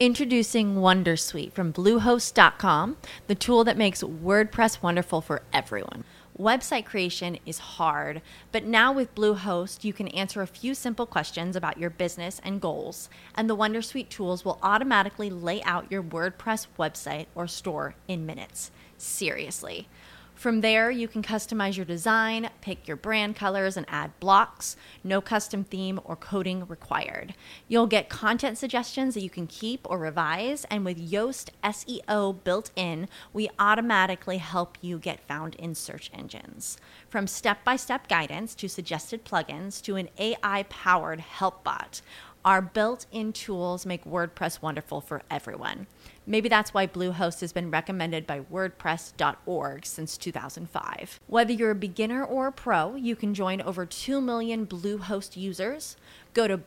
Introducing Wondersuite from Bluehost.com, the tool that makes WordPress wonderful for everyone. Website creation is hard, but now with Bluehost, you can answer a few simple questions about your business and goals, and the Wondersuite tools will automatically lay out your WordPress website or store in minutes. Seriously. From there, you can customize your design, pick your brand colors, and add blocks. No custom theme or coding required. You'll get content suggestions that you can keep or revise, and with Yoast SEO built in, we automatically help you get found in search engines. From step-by-step guidance to suggested plugins to an AI-powered help bot, our built-in tools make WordPress wonderful for everyone. Maybe that's why Bluehost has been recommended by WordPress.org since 2005. Whether you're a beginner or a pro, you can join over 2 million Bluehost users. Go to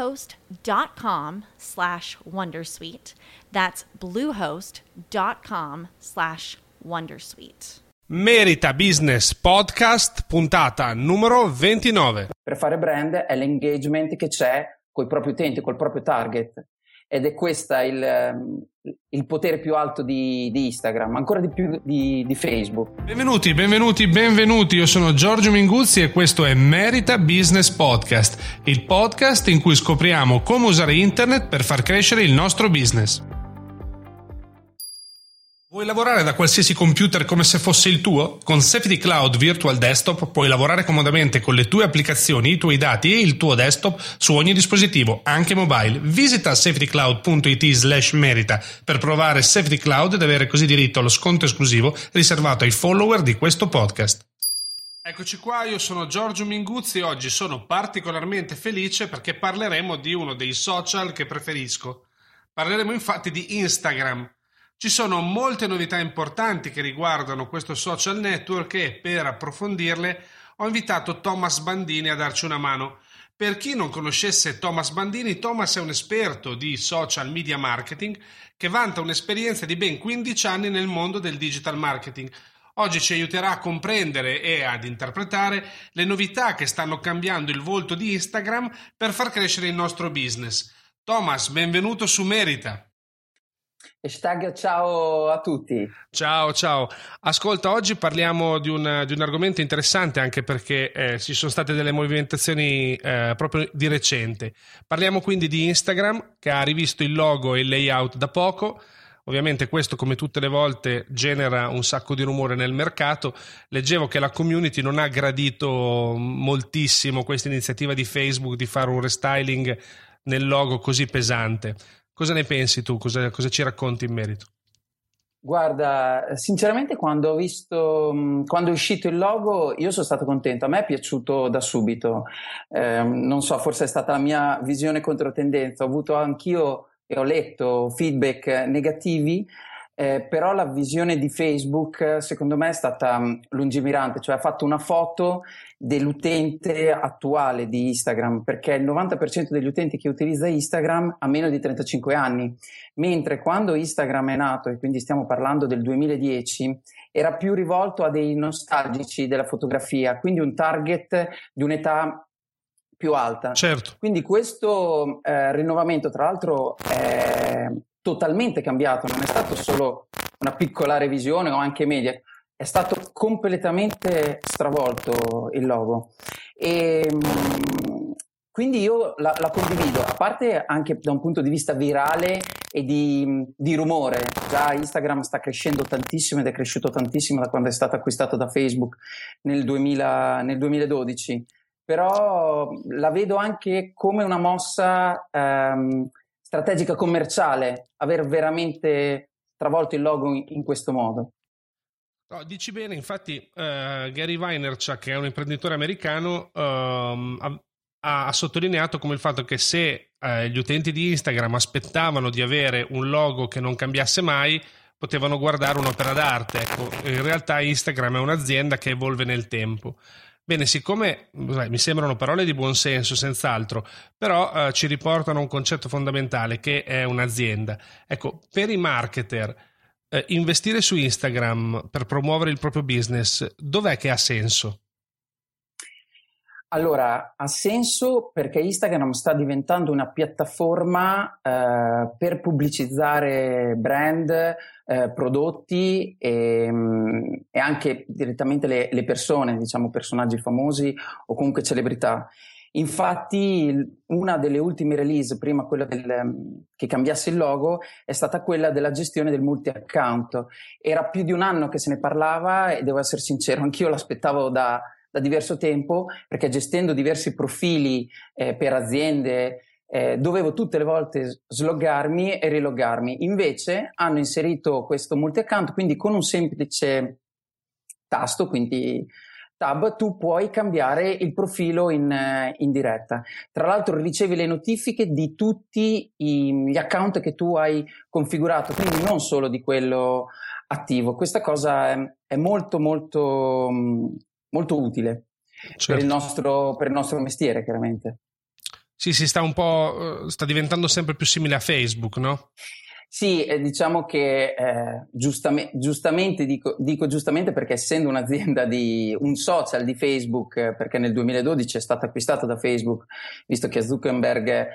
bluehost.com/wondersuite. That's bluehost.com/wondersuite. Merita Business Podcast, puntata numero 29. Per fare brand è l'engagement che c'è con i propri utenti, col proprio target, ed è questo il potere più alto di Instagram, ancora di più di Facebook. Benvenuti, io sono Giorgio Minguzzi e questo è Merita Business Podcast, il podcast in cui scopriamo come usare internet per far crescere il nostro business. Vuoi lavorare da qualsiasi computer come se fosse il tuo? Con Safety Cloud Virtual Desktop puoi lavorare comodamente con le tue applicazioni, i tuoi dati e il tuo desktop su ogni dispositivo, anche mobile. Visita safetycloud.it/merita per provare Safety Cloud ed avere così diritto allo sconto esclusivo riservato ai follower di questo podcast. Eccoci qua, io sono Giorgio Minguzzi e oggi sono particolarmente felice perché parleremo di uno dei social che preferisco. Parleremo infatti di Instagram. Ci sono molte novità importanti che riguardano questo social network e per approfondirle ho invitato Thomas Bandini a darci una mano. Per chi non conoscesse Thomas Bandini, Thomas è un esperto di social media marketing che vanta un'esperienza di ben 15 anni nel mondo del digital marketing. Oggi ci aiuterà a comprendere e ad interpretare le novità che stanno cambiando il volto di Instagram per far crescere il nostro business. Thomas, benvenuto su Merita. Hashtag ciao a tutti. Ciao. Ascolta, oggi parliamo di un argomento interessante anche perché ci sono state delle movimentazioni proprio di recente. Parliamo quindi di Instagram che ha rivisto il logo e il layout da poco. Ovviamente questo, come tutte le volte, genera un sacco di rumore nel mercato. Leggevo che la community non ha gradito moltissimo questa iniziativa di Facebook di fare un restyling nel logo così pesante. Cosa ne pensi tu? Cosa ci racconti in merito? Guarda, sinceramente quando è uscito il logo io sono stato contento, a me è piaciuto da subito, non so, forse è stata la mia visione controtendenza, ho avuto anch'io e ho letto feedback negativi, però la visione di Facebook secondo me è stata lungimirante, cioè ha fatto una foto dell'utente attuale di Instagram, perché il 90% degli utenti che utilizza Instagram ha meno di 35 anni, mentre quando Instagram è nato, e quindi stiamo parlando del 2010, era più rivolto a dei nostalgici della fotografia, quindi un target di un'età più alta. Certo. Quindi questo rinnovamento, tra l'altro, è totalmente cambiato, non è stato solo una piccola revisione o anche media, è stato completamente stravolto il logo e quindi io la condivido, a parte anche da un punto di vista virale e di rumore. Già Instagram sta crescendo tantissimo ed è cresciuto tantissimo da quando è stato acquistato da Facebook nel 2012, però la vedo anche come una mossa strategica commerciale, aver veramente travolto il logo in questo modo. No, dici bene, infatti Gary Vaynerchuk, che è un imprenditore americano, ha sottolineato come il fatto che se gli utenti di Instagram aspettavano di avere un logo che non cambiasse mai, potevano guardare un'opera d'arte. Ecco, in realtà Instagram è un'azienda che evolve nel tempo. Bene, siccome mi sembrano parole di buon senso, senz'altro, però ci riportano a un concetto fondamentale che è un'azienda. Ecco, per i marketer, investire su Instagram per promuovere il proprio business, dov'è che ha senso? Allora, ha senso perché Instagram sta diventando una piattaforma per pubblicizzare brand, prodotti e anche direttamente le persone, diciamo personaggi famosi o comunque celebrità. Infatti, una delle ultime release, prima quella che cambiasse il logo, è stata quella della gestione del multi-account. Era più di un anno che se ne parlava e devo essere sincero, anch'io l'aspettavo da diverso tempo, perché gestendo diversi profili per aziende dovevo tutte le volte sloggarmi e riloggarmi. Invece hanno inserito questo multi-account, quindi con un semplice tasto, quindi tab, tu puoi cambiare il profilo in diretta. Tra l'altro ricevi le notifiche di tutti gli account che tu hai configurato, quindi non solo di quello attivo. Questa cosa è molto molto molto utile, certo, per il nostro mestiere, chiaramente. Sì, si sta un po', sta diventando sempre più simile a Facebook, no? Sì, diciamo che giustamente dico giustamente perché essendo un'azienda un social di Facebook, perché nel 2012 è stata acquistata da Facebook, visto che Zuckerberg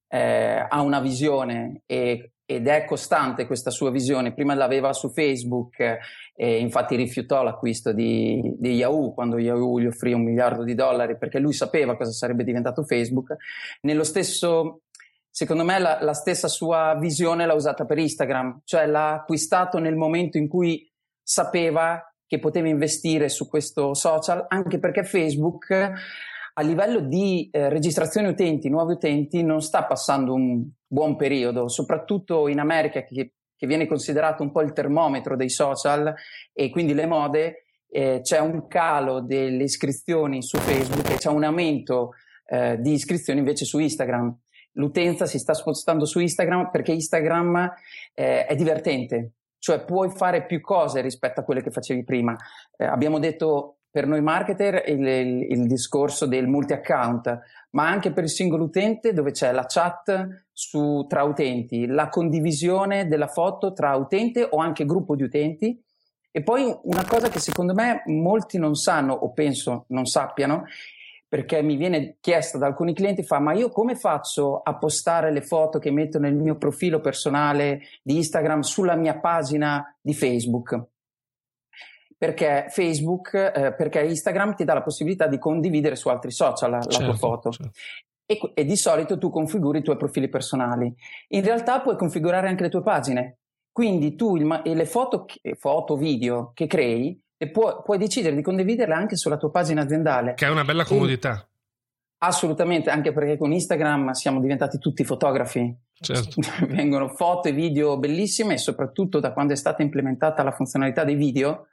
ha una visione ed è costante questa sua visione. Prima l'aveva su Facebook e infatti rifiutò l'acquisto di Yahoo quando Yahoo gli offrì $1 miliardo perché lui sapeva cosa sarebbe diventato Facebook. Nello stesso, secondo me, la stessa sua visione l'ha usata per Instagram, cioè l'ha acquistato nel momento in cui sapeva che poteva investire su questo social, anche perché Facebook a livello di registrazione utenti, nuovi utenti, non sta passando un buon periodo, soprattutto in America che viene considerato un po' il termometro dei social e quindi le mode. C'è un calo delle iscrizioni su Facebook e c'è un aumento di iscrizioni invece su Instagram. L'utenza si sta spostando su Instagram perché Instagram è divertente, cioè puoi fare più cose rispetto a quelle che facevi prima. Abbiamo detto per noi marketer il discorso del multi-account, ma anche per il singolo utente, dove c'è la chat tra utenti, la condivisione della foto tra utente o anche gruppo di utenti. E poi una cosa che secondo me molti non sanno, o penso non sappiano, perché mi viene chiesta da alcuni clienti, ma io come faccio a postare le foto che metto nel mio profilo personale di Instagram sulla mia pagina di Facebook? Perché perché Instagram ti dà la possibilità di condividere su altri social la tua foto. Certo. E di solito tu configuri i tuoi profili personali. In realtà puoi configurare anche le tue pagine. Quindi tu le foto, video che crei, e puoi decidere di condividerle anche sulla tua pagina aziendale. Che è una bella comodità. Assolutamente, anche perché con Instagram siamo diventati tutti fotografi. Certo. Vengono foto e video bellissime e soprattutto da quando è stata implementata la funzionalità dei video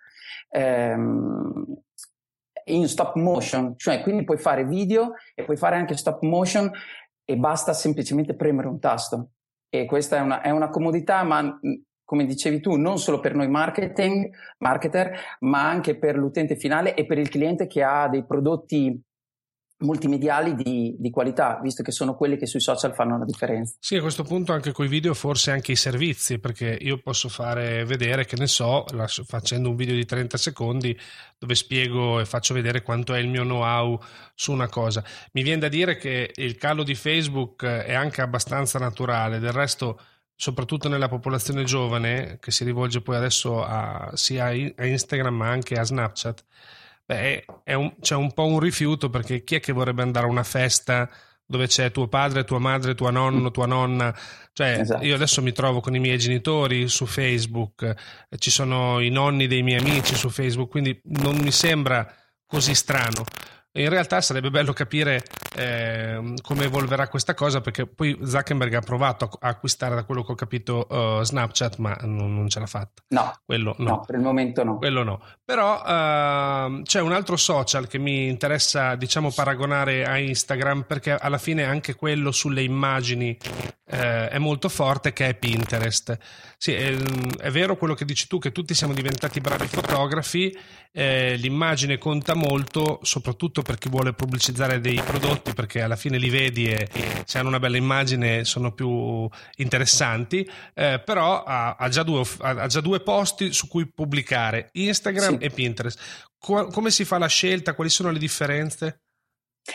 in stop motion, cioè quindi puoi fare video e puoi fare anche stop motion e basta semplicemente premere un tasto. E questa è una comodità, ma come dicevi tu, non solo per noi marketer, ma anche per l'utente finale e per il cliente che ha dei prodotti multimediali di qualità, visto che sono quelli che sui social fanno la differenza. Sì, a questo punto anche coi video forse anche i servizi, perché io posso fare vedere, che ne so, facendo un video di 30 secondi dove spiego e faccio vedere quanto è il mio know-how su una cosa. Mi viene da dire che il calo di Facebook è anche abbastanza naturale, del resto soprattutto nella popolazione giovane che si rivolge poi adesso sia a Instagram ma anche a Snapchat. Beh, c'è un po' un rifiuto, perché chi è che vorrebbe andare a una festa dove c'è tuo padre, tua madre, tua nonno, tua nonna? Cioè, esatto. Io adesso mi trovo con i miei genitori su Facebook, ci sono i nonni dei miei amici su Facebook, quindi non mi sembra così strano. In realtà sarebbe bello capire come evolverà questa cosa, perché poi Zuckerberg ha provato a acquistare, da quello che ho capito, Snapchat, ma non ce l'ha fatta. No, per il momento no. Quello no. Però c'è un altro social che mi interessa, diciamo, paragonare a Instagram, perché alla fine anche quello sulle immagini è molto forte, che è Pinterest. Sì, è vero quello che dici tu, che tutti siamo diventati bravi fotografi, l'immagine conta molto, soprattutto per chi vuole pubblicizzare dei prodotti, perché alla fine li vedi e se hanno una bella immagine sono più interessanti, però ha già due posti su cui pubblicare, Instagram, sì, e Pinterest. Come si fa la scelta? Quali sono le differenze?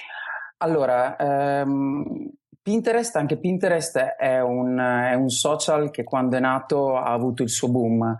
Allora, Pinterest, anche Pinterest è un social che quando è nato ha avuto il suo boom.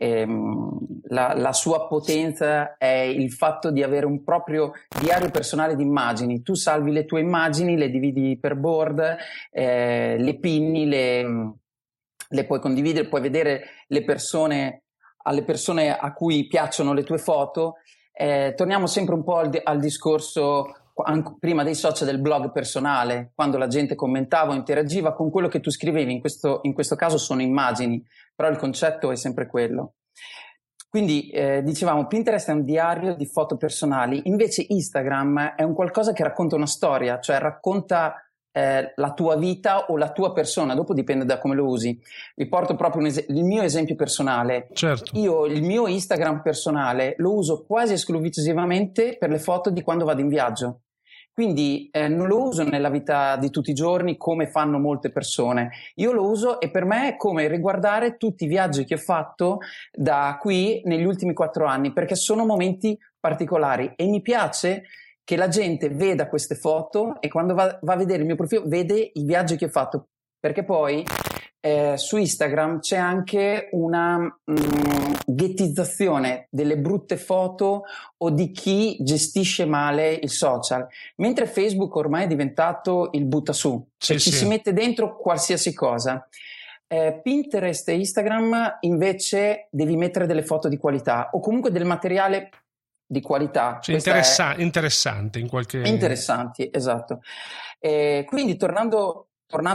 La sua potenza è il fatto di avere un proprio diario personale di immagini. Tu salvi le tue immagini, le dividi per board, le pinni, le puoi condividere, puoi vedere alle persone a cui piacciono le tue foto. Torniamo sempre un po' al discorso prima dei social del blog personale, quando la gente commentava o interagiva con quello che tu scrivevi, in questo caso sono immagini, però il concetto è sempre quello. Quindi dicevamo, Pinterest è un diario di foto personali, invece Instagram è un qualcosa che racconta una storia, cioè racconta la tua vita o la tua persona, dopo dipende da come lo usi. Vi porto proprio il mio esempio personale. Certo. Io il mio Instagram personale lo uso quasi esclusivamente per le foto di quando vado in viaggio. Quindi non lo uso nella vita di tutti i giorni come fanno molte persone. Io lo uso e per me è come riguardare tutti i viaggi che ho fatto da qui negli ultimi 4 anni, perché sono momenti particolari e mi piace che la gente veda queste foto e quando va a vedere il mio profilo vede i viaggi che ho fatto, perché poi su Instagram c'è anche una ghettizzazione delle brutte foto o di chi gestisce male il social, mentre Facebook ormai è diventato il buttasu, cioè ci si mette dentro qualsiasi cosa. Pinterest e Instagram invece devi mettere delle foto di qualità o comunque del materiale di qualità. Cioè interessante in qualche... Interessanti, esatto. Quindi tornando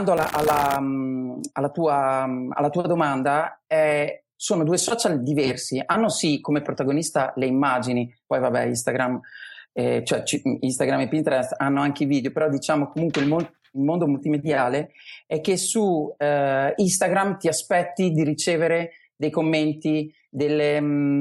alla tua domanda, sono 2 social diversi, hanno sì come protagonista le immagini, poi vabbè Instagram, Instagram e Pinterest hanno anche i video, però diciamo comunque il mondo multimediale è che su Instagram ti aspetti di ricevere dei commenti, dei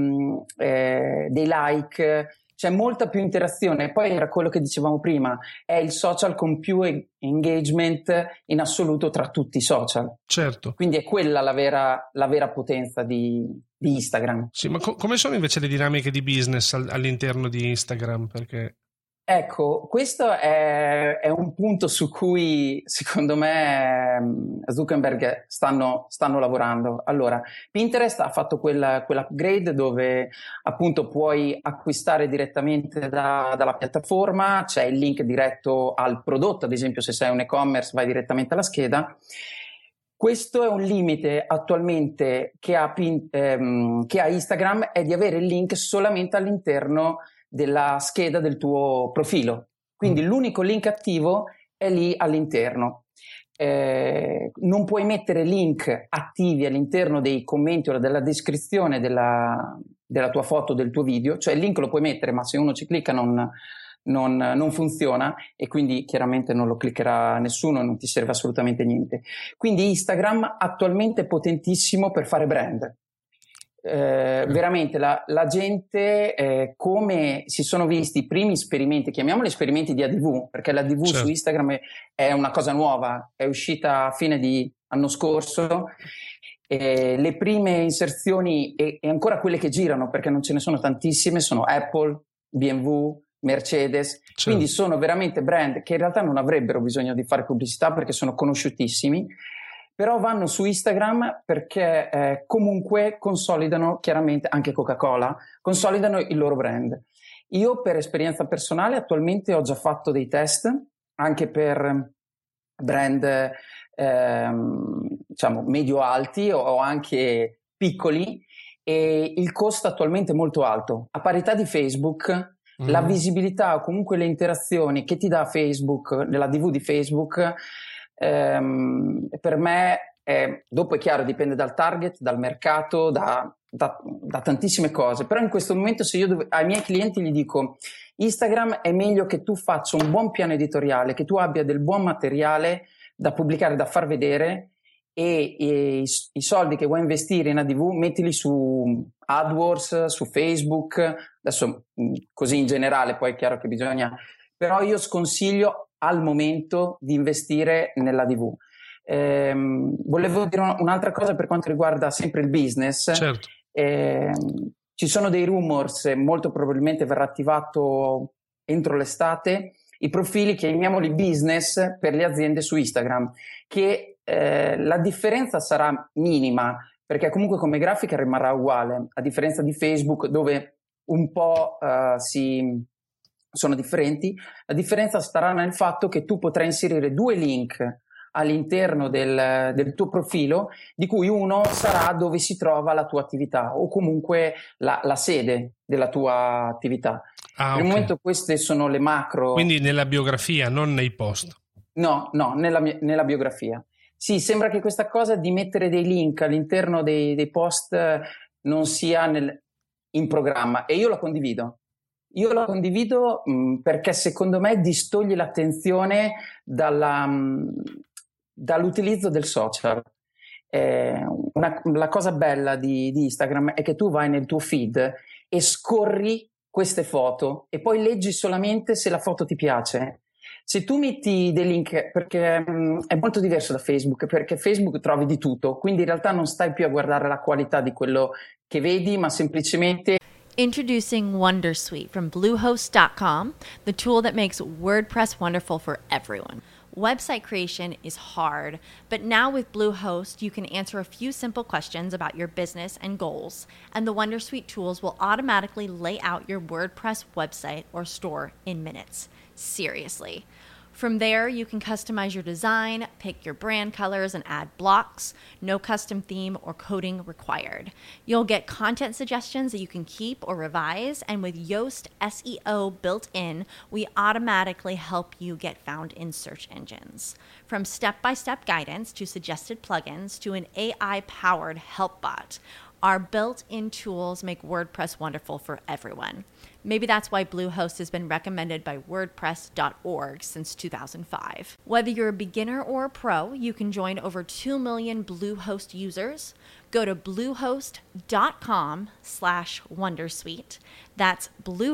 like, c'è molta più interazione. Poi era quello che dicevamo prima, è il social con più engagement in assoluto tra tutti i social. Certo. Quindi è quella la vera potenza di Instagram. Sì, ma come sono invece le dinamiche di business all'interno di Instagram? Perché... Ecco, questo è un punto su cui secondo me Zuckerberg stanno lavorando. Allora, Pinterest ha fatto quell'upgrade dove appunto puoi acquistare direttamente dalla piattaforma, c'è il link diretto al prodotto, ad esempio se sei un e-commerce vai direttamente alla scheda. Questo è un limite attualmente che ha Instagram, è di avere il link solamente all'interno della scheda del tuo profilo, quindi l'unico link attivo è lì all'interno. Non puoi mettere link attivi all'interno dei commenti o della descrizione della tua foto, del tuo video, cioè il link lo puoi mettere ma se uno ci clicca non funziona e quindi chiaramente non lo cliccherà nessuno e non ti serve assolutamente niente. Quindi Instagram attualmente è potentissimo per fare brand. Veramente la gente come si sono visti i primi esperimenti, chiamiamoli esperimenti di ADV, perché l'ADV su Instagram è una cosa nuova, è uscita a fine di anno scorso, le prime inserzioni e ancora quelle che girano, perché non ce ne sono tantissime, sono Apple, BMW, Mercedes, quindi sono veramente brand che in realtà non avrebbero bisogno di fare pubblicità perché sono conosciutissimi, però vanno su Instagram perché comunque consolidano, chiaramente anche Coca-Cola, consolidano il loro brand. Io per esperienza personale attualmente ho già fatto dei test anche per brand diciamo medio-alti o anche piccoli e il costo attualmente è molto alto. A parità di Facebook, la visibilità o comunque le interazioni che ti dà Facebook, nella DV di Facebook, per me dopo è chiaro, dipende dal target, dal mercato, da tantissime cose, però in questo momento se io ai miei clienti gli dico Instagram è meglio che tu faccia un buon piano editoriale, che tu abbia del buon materiale da pubblicare, da far vedere e i soldi che vuoi investire in ADV mettili su AdWords, su Facebook, adesso così in generale, poi è chiaro che bisogna, però io sconsiglio al momento di investire nell'ADV. Volevo dire un'altra cosa per quanto riguarda sempre il business. Certo. Ci sono dei rumors, molto probabilmente verrà attivato entro l'estate, i profili, chiamiamoli business, per le aziende su Instagram, che la differenza sarà minima, perché comunque come grafica rimarrà uguale, a differenza di Facebook dove un po' sono differenti. La differenza starà nel fatto che tu potrai inserire 2 link all'interno del tuo profilo, di cui uno sarà dove si trova la tua attività o comunque la sede della tua attività. Per il momento queste sono le macro. Quindi nella biografia, non nei post. No, nella biografia. Sì, sembra che questa cosa di mettere dei link all'interno dei post non sia in programma, e io la condivido. Perché secondo me distoglie l'attenzione dall'utilizzo del social. La cosa bella di Instagram è che tu vai nel tuo feed e scorri queste foto e poi leggi solamente se la foto ti piace. Se tu metti dei link, perché è molto diverso da Facebook, perché Facebook trovi di tutto, quindi in realtà non stai più a guardare la qualità di quello che vedi, ma semplicemente. Introducing Wondersuite from Bluehost.com, the tool that makes WordPress wonderful for everyone. Website creation is hard, but now with Bluehost, you can answer a few simple questions about your business and goals, and the Wondersuite tools will automatically lay out your WordPress website or store in minutes. Seriously. From there, you can customize your design, pick your brand colors, and add blocks. No custom theme or coding required. You'll get content suggestions that you can keep or revise, and with Yoast SEO built in, we automatically help you get found in search engines. From step-by-step guidance to suggested plugins to an AI-powered help bot, our built-in tools make WordPress wonderful for everyone. Maybe that's why Bluehost has been recommended by WordPress.org since 2005. Whether you're a beginner or a pro, you can join over 2 million Bluehost users. Go to bluehost.com/wondersuite. That's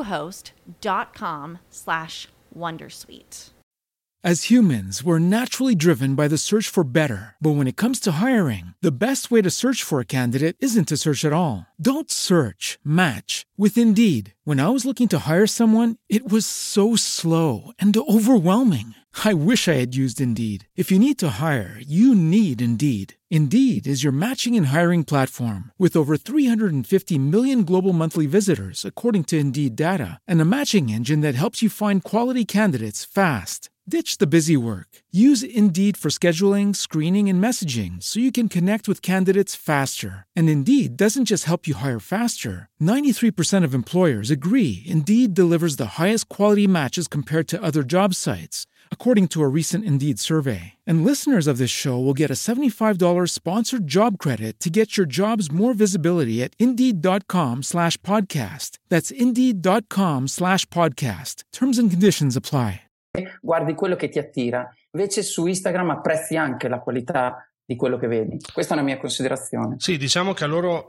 bluehost.com/wondersuite. As humans, we're naturally driven by the search for better. But when it comes to hiring, the best way to search for a candidate isn't to search at all. Don't search, match with Indeed. When I was looking to hire someone, it was so slow and overwhelming. I wish I had used Indeed. If you need to hire, you need Indeed. Indeed is your matching and hiring platform with over 350 million global monthly visitors, according to Indeed data, and a matching engine that helps you find quality candidates fast. Ditch the busy work. Use Indeed for scheduling, screening, and messaging so you can connect with candidates faster. And Indeed doesn't just help you hire faster. 93% of employers agree Indeed delivers the highest quality matches compared to other job sites, according to a recent Indeed survey. And listeners of this show will get a $75 sponsored job credit to get your jobs more visibility at Indeed.com/podcast. That's Indeed.com/podcast. Terms and conditions apply. Guardi quello che ti attira, invece su Instagram apprezzi anche la qualità di quello che vedi. Questa è una mia considerazione. Sì, diciamo che a loro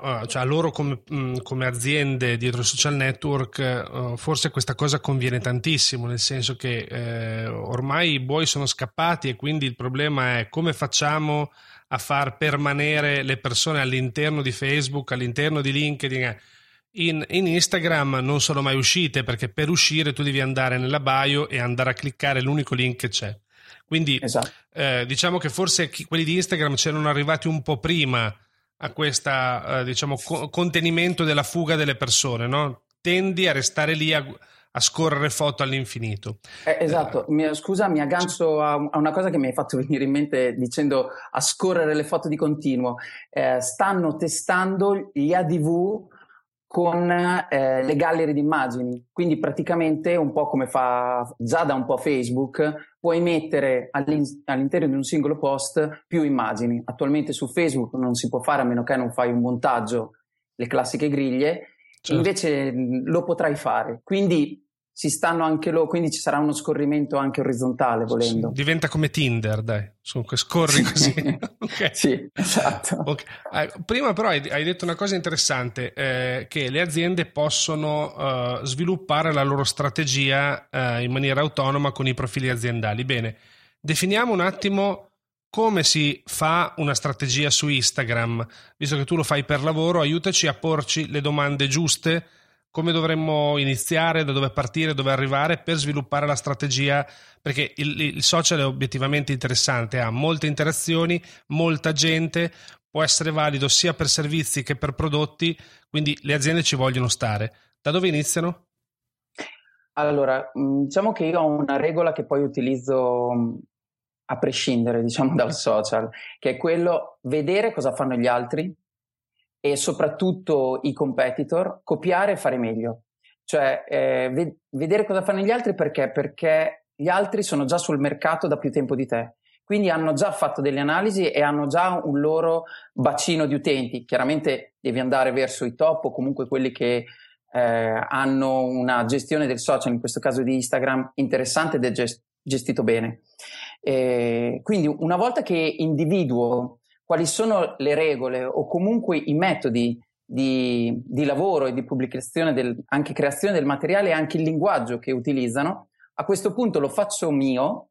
come aziende dietro i social network forse questa cosa conviene tantissimo, nel senso che ormai i buoi sono scappati e quindi il problema è come facciamo a far permanere le persone all'interno di Facebook, all'interno di LinkedIn. In Instagram non sono mai uscite, perché per uscire tu devi andare nella bio e andare a cliccare l'unico link che c'è. Quindi esatto. Diciamo che forse quelli di Instagram c'erano arrivati un po' prima a questa contenimento della fuga delle persone, no? Tendi a restare lì a scorrere foto all'infinito. Esatto, mi aggancio a una cosa che mi hai fatto venire in mente dicendo a scorrere le foto di continuo. Stanno testando gli ADV con le gallery di immagini, quindi praticamente un po' come fa già da un po' Facebook, puoi mettere all'interno di un singolo post più immagini. Attualmente su Facebook non si può fare a meno che non fai un montaggio, le classiche griglie, certo. Invece lo potrai fare, quindi ci stanno anche loro, quindi ci sarà uno scorrimento anche orizzontale volendo. Sì, diventa come Tinder, dai, scorri così. Okay. Sì, esatto. Okay. Prima però hai detto una cosa interessante, che le aziende possono sviluppare la loro strategia in maniera autonoma con i profili aziendali. Bene, definiamo un attimo come si fa una strategia su Instagram, visto che tu lo fai per lavoro. Aiutaci a porci le domande giuste come dovremmo iniziare, da dove partire, dove arrivare per sviluppare la strategia, perché il social è obiettivamente interessante, ha molte interazioni, molta gente, può essere valido sia per servizi che per prodotti, quindi le aziende ci vogliono stare. Da dove iniziano? Allora, diciamo che io ho una regola che poi utilizzo a prescindere, diciamo, dal social, che è quello vedere cosa fanno gli altri e soprattutto i competitor, copiare e fare meglio. Cioè, vedere cosa fanno gli altri perché gli altri sono già sul mercato da più tempo di te. Quindi hanno già fatto delle analisi e hanno già un loro bacino di utenti. Chiaramente devi andare verso i top o comunque quelli che hanno una gestione del social, in questo caso di Instagram, interessante ed è gestito bene. Quindi una volta che individuo quali sono le regole o comunque i metodi di lavoro e di pubblicazione, anche creazione del materiale e anche il linguaggio che utilizzano, a questo punto lo faccio mio,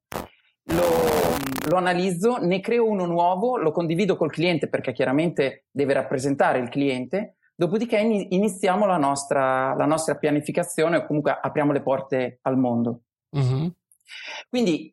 lo analizzo, ne creo uno nuovo, lo condivido col cliente perché chiaramente deve rappresentare il cliente. Dopodiché iniziamo la nostra pianificazione o comunque apriamo le porte al mondo. Uh-huh. Quindi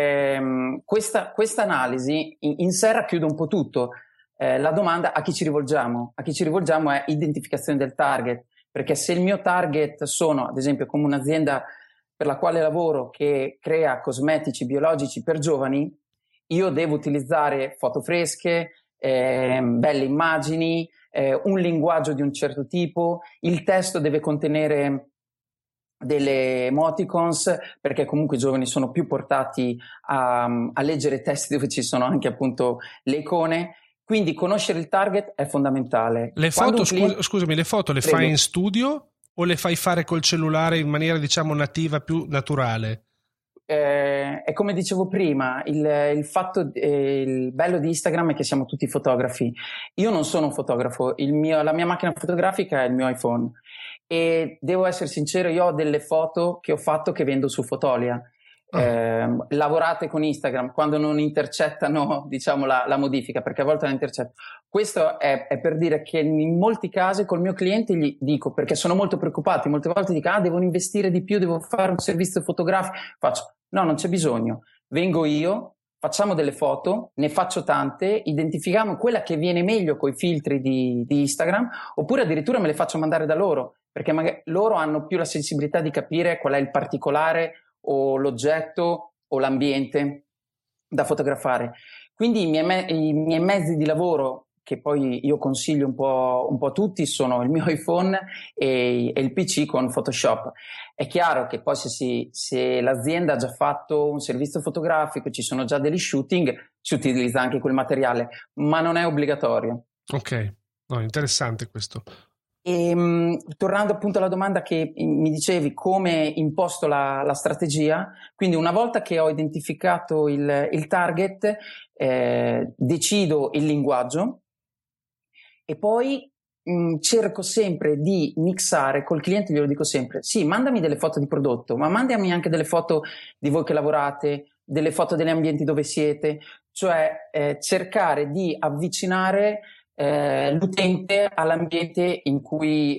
questa analisi in sé racchiude un po' tutto. La domanda a chi ci rivolgiamo? A chi ci rivolgiamo è identificazione del target, perché se il mio target sono, ad esempio, come un'azienda per la quale lavoro che crea cosmetici biologici per giovani, io devo utilizzare foto fresche, belle immagini, un linguaggio di un certo tipo, il testo deve contenere delle emoticons perché comunque i giovani sono più portati a leggere testi dove ci sono anche appunto le icone, quindi conoscere il target è fondamentale. Le foto, scusami, le foto le fai in studio o le fai fare col cellulare in maniera diciamo nativa, più naturale? È come dicevo prima, il bello di Instagram è che siamo tutti fotografi. Io non sono un fotografo, la mia macchina fotografica è il mio iPhone e devo essere sincero, io ho delle foto che ho fatto che vendo su Fotolia, lavorate con Instagram quando non intercettano diciamo la modifica, perché a volte la intercetto. Questo è per dire che in molti casi col mio cliente gli dico, perché sono molto preoccupati, molte volte dico devo investire di più, devo fare un servizio fotografico, faccio no, non c'è bisogno, vengo io, facciamo delle foto, ne faccio tante, identifichiamo quella che viene meglio coi filtri di Instagram, oppure addirittura me le faccio mandare da loro, perché magari loro hanno più la sensibilità di capire qual è il particolare o l'oggetto o l'ambiente da fotografare. Quindi i miei mezzi di lavoro, che poi io consiglio un po' a tutti, sono il mio iPhone e il PC con Photoshop. È chiaro che poi se l'azienda ha già fatto un servizio fotografico, ci sono già degli shooting, si utilizza anche quel materiale, ma non è obbligatorio. Ok, no, interessante questo. E, tornando appunto alla domanda che mi dicevi, come imposto la strategia, quindi una volta che ho identificato il target, decido il linguaggio e poi cerco sempre di mixare col cliente, glielo dico sempre, sì, mandami delle foto di prodotto, ma mandami anche delle foto di voi che lavorate, delle foto degli ambienti dove siete, cioè cercare di avvicinare l'utente all'ambiente in cui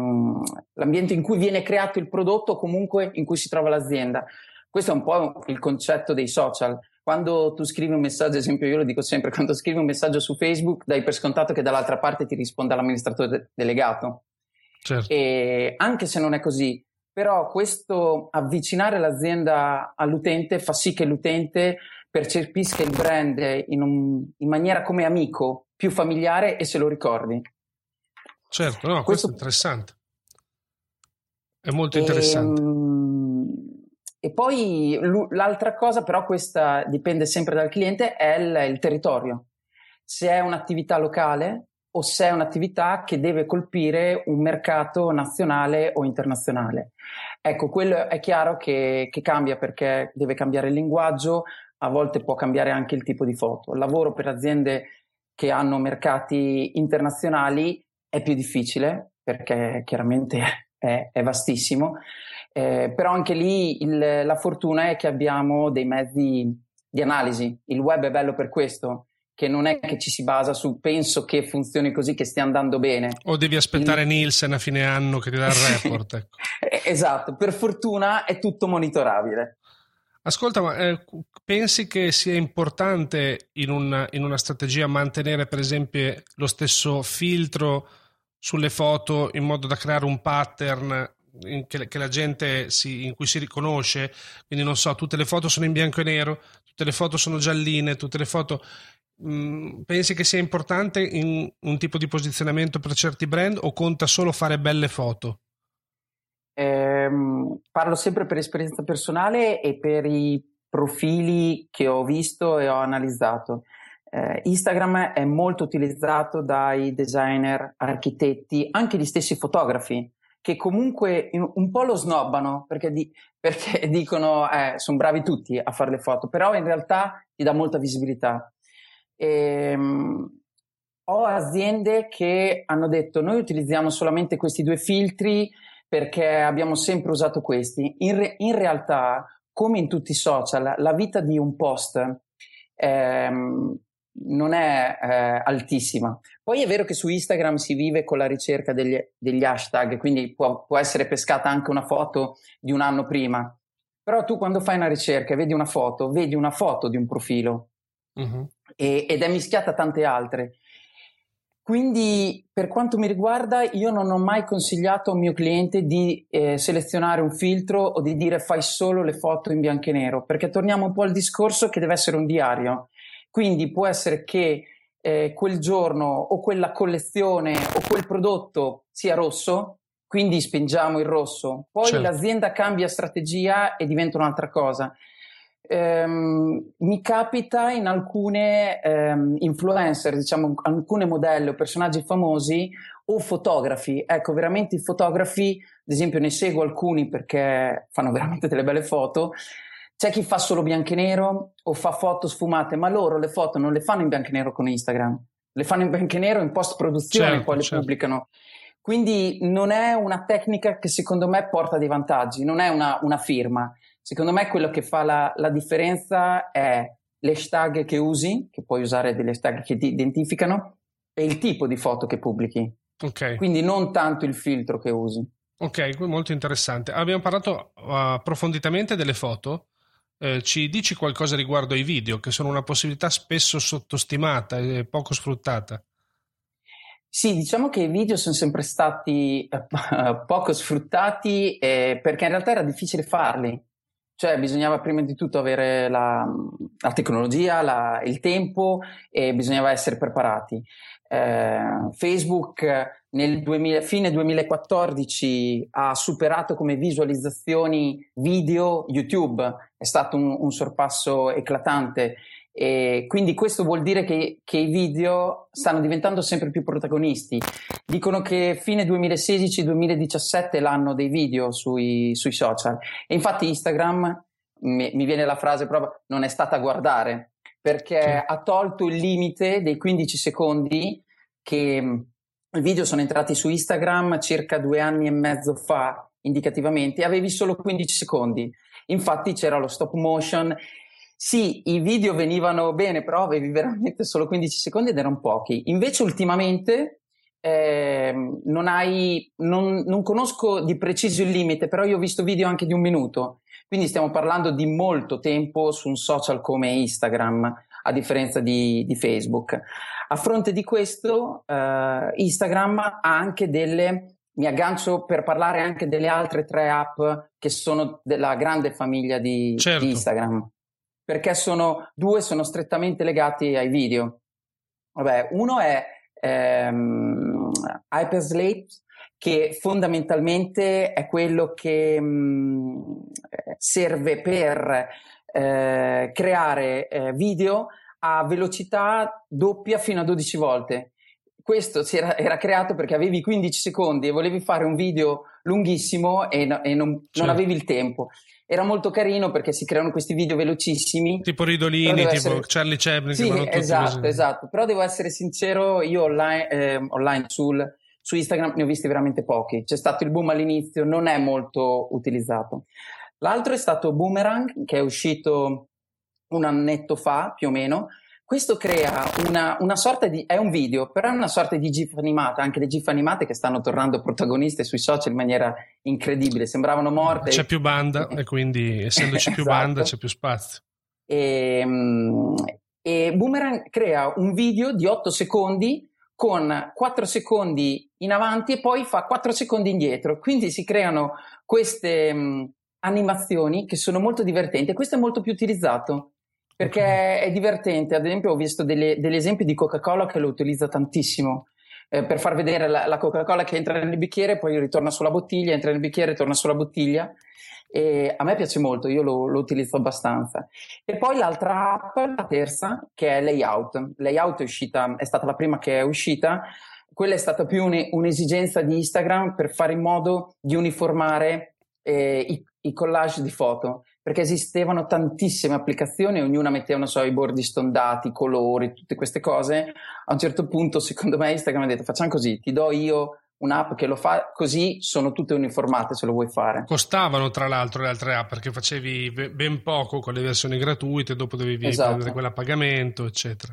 viene creato il prodotto o comunque in cui si trova l'azienda. Questo è un po' il concetto dei social. Quando tu scrivi un messaggio, ad esempio io lo dico sempre, quando scrivi un messaggio su Facebook dai per scontato che dall'altra parte ti risponda l'amministratore delegato. Certo. E anche se non è così, però questo avvicinare l'azienda all'utente fa sì che l'utente percepisca il brand in maniera come amico, più familiare e se lo ricordi. Certo, no, questo è interessante. È molto interessante. E poi l'altra cosa, però questa dipende sempre dal cliente, è il territorio. Se è un'attività locale o se è un'attività che deve colpire un mercato nazionale o internazionale. Ecco, quello è chiaro che cambia perché deve cambiare il linguaggio, a volte può cambiare anche il tipo di foto. Il lavoro per aziende che hanno mercati internazionali è più difficile perché chiaramente è vastissimo, però anche lì la fortuna è che abbiamo dei mezzi di analisi. Il web è bello per questo, che non è che ci si basa su penso che funzioni così, che stia andando bene. O devi aspettare Nielsen a fine anno che ti dà il report. Ecco. Esatto, per fortuna è tutto monitorabile. Ascolta, ma pensi che sia importante in una strategia mantenere per esempio lo stesso filtro sulle foto in modo da creare un pattern che la gente in cui si riconosce? Quindi non so, tutte le foto sono in bianco e nero, tutte le foto sono gialline, tutte le foto... pensi che sia importante in un tipo di posizionamento per certi brand o conta solo fare belle foto? Parlo sempre per esperienza personale e per i profili che ho visto e ho analizzato. Instagram è molto utilizzato dai designer, architetti, anche gli stessi fotografi, che comunque un po' lo snobbano perché dicono sono bravi tutti a fare le foto, però in realtà ti dà molta visibilità. Ho aziende che hanno detto noi utilizziamo solamente questi 2 filtri perché abbiamo sempre usato questi. In realtà, come in tutti i social, la vita di un post non è altissima. Poi è vero che su Instagram si vive con la ricerca degli hashtag, quindi può essere pescata anche una foto di un anno prima. Però tu quando fai una ricerca e vedi una foto di un profilo ed è mischiata a tante altre. Quindi per quanto mi riguarda io non ho mai consigliato a un mio cliente di selezionare un filtro o di dire fai solo le foto in bianco e nero, perché torniamo un po' al discorso che deve essere un diario. Quindi può essere che quel giorno o quella collezione o quel prodotto sia rosso, quindi spingiamo il rosso. Poi certo. L'azienda cambia strategia e diventa un'altra cosa. Mi capita in alcune influencer, diciamo alcune modelle o personaggi famosi o fotografi, ecco veramente i fotografi, ad esempio ne seguo alcuni perché fanno veramente delle belle foto. C'è chi fa solo bianco e nero o fa foto sfumate, ma loro le foto non le fanno in bianco e nero con Instagram, le fanno in bianco e nero in post produzione, certo, poi le certo. pubblicano. Quindi non è una tecnica che secondo me porta dei vantaggi, non è una firma. Secondo me quello che fa la differenza è l'hashtag che usi, che puoi usare degli hashtag che ti identificano, e il tipo di foto che pubblichi. Ok. Quindi non tanto il filtro che usi. Ok, molto interessante. Abbiamo parlato approfonditamente delle foto. Ci dici qualcosa riguardo ai video, che sono una possibilità spesso sottostimata e poco sfruttata? Sì, diciamo che i video sono sempre stati poco sfruttati perché in realtà era difficile farli. Cioè bisognava prima di tutto avere la tecnologia, il tempo e bisognava essere preparati. Facebook nel fine 2014 ha superato come visualizzazioni video YouTube, è stato un sorpasso eclatante. E quindi questo vuol dire che i video stanno diventando sempre più protagonisti. Dicono che fine 2016-2017 è l'anno dei video sui social e infatti Instagram, mi viene la frase proprio, non è stata a guardare perché Sì. ha tolto il limite dei 15 secondi che i video sono entrati su Instagram circa 2 anni e mezzo fa indicativamente e avevi solo 15 secondi. Infatti c'era lo stop motion. Sì, i video venivano bene, però avevi veramente solo 15 secondi ed erano pochi. Invece ultimamente non conosco di preciso il limite, però io ho visto video anche di 1 minuto. Quindi stiamo parlando di molto tempo su un social come Instagram, a differenza di Facebook. A fronte di questo, Instagram ha anche mi aggancio per parlare anche delle altre 3 app che sono della grande famiglia di Instagram. Perché 2 sono strettamente legati ai video. Vabbè, uno è Hyperslate, che fondamentalmente è quello che serve per creare video a velocità doppia fino a 12 volte. Questo era creato perché avevi 15 secondi e volevi fare un video lunghissimo e non avevi il tempo. Era molto carino perché si creano questi video velocissimi. Tipo Ridolini, tipo Charlie Chaplin. Sì, esatto. Però devo essere sincero, io online su Instagram ne ho visti veramente pochi. C'è stato il boom all'inizio, non è molto utilizzato. L'altro è stato Boomerang, che è uscito un annetto fa, più o meno, Questo crea una sorta di... è un video, però è una sorta di GIF animata, anche le GIF animate che stanno tornando protagoniste sui social in maniera incredibile, sembravano morte. C'è più banda e quindi essendoci più banda c'è più spazio. E Boomerang crea un video di 8 secondi con 4 secondi in avanti e poi fa 4 secondi indietro, quindi si creano queste animazioni che sono molto divertenti e questo è molto più utilizzato. Perché è divertente, ad esempio ho visto degli esempi di Coca-Cola che lo utilizza tantissimo per far vedere la Coca-Cola che entra nel bicchiere, poi ritorna sulla bottiglia, entra nel bicchiere, torna sulla bottiglia e a me piace molto, io lo utilizzo abbastanza. E poi l'altra app, la terza, che è Layout. Layout è stata la prima che è uscita, quella è stata più un'esigenza di Instagram per fare in modo di uniformare i collage di foto, perché esistevano tantissime applicazioni, ognuna metteva, i bordi stondati, i colori, tutte queste cose. A un certo punto, secondo me, Instagram ha detto facciamo così, ti do io un'app che lo fa, così sono tutte uniformate se lo vuoi fare. Costavano tra l'altro le altre app perché facevi ben poco con le versioni gratuite, dopo dovevi prendere quella a pagamento, eccetera.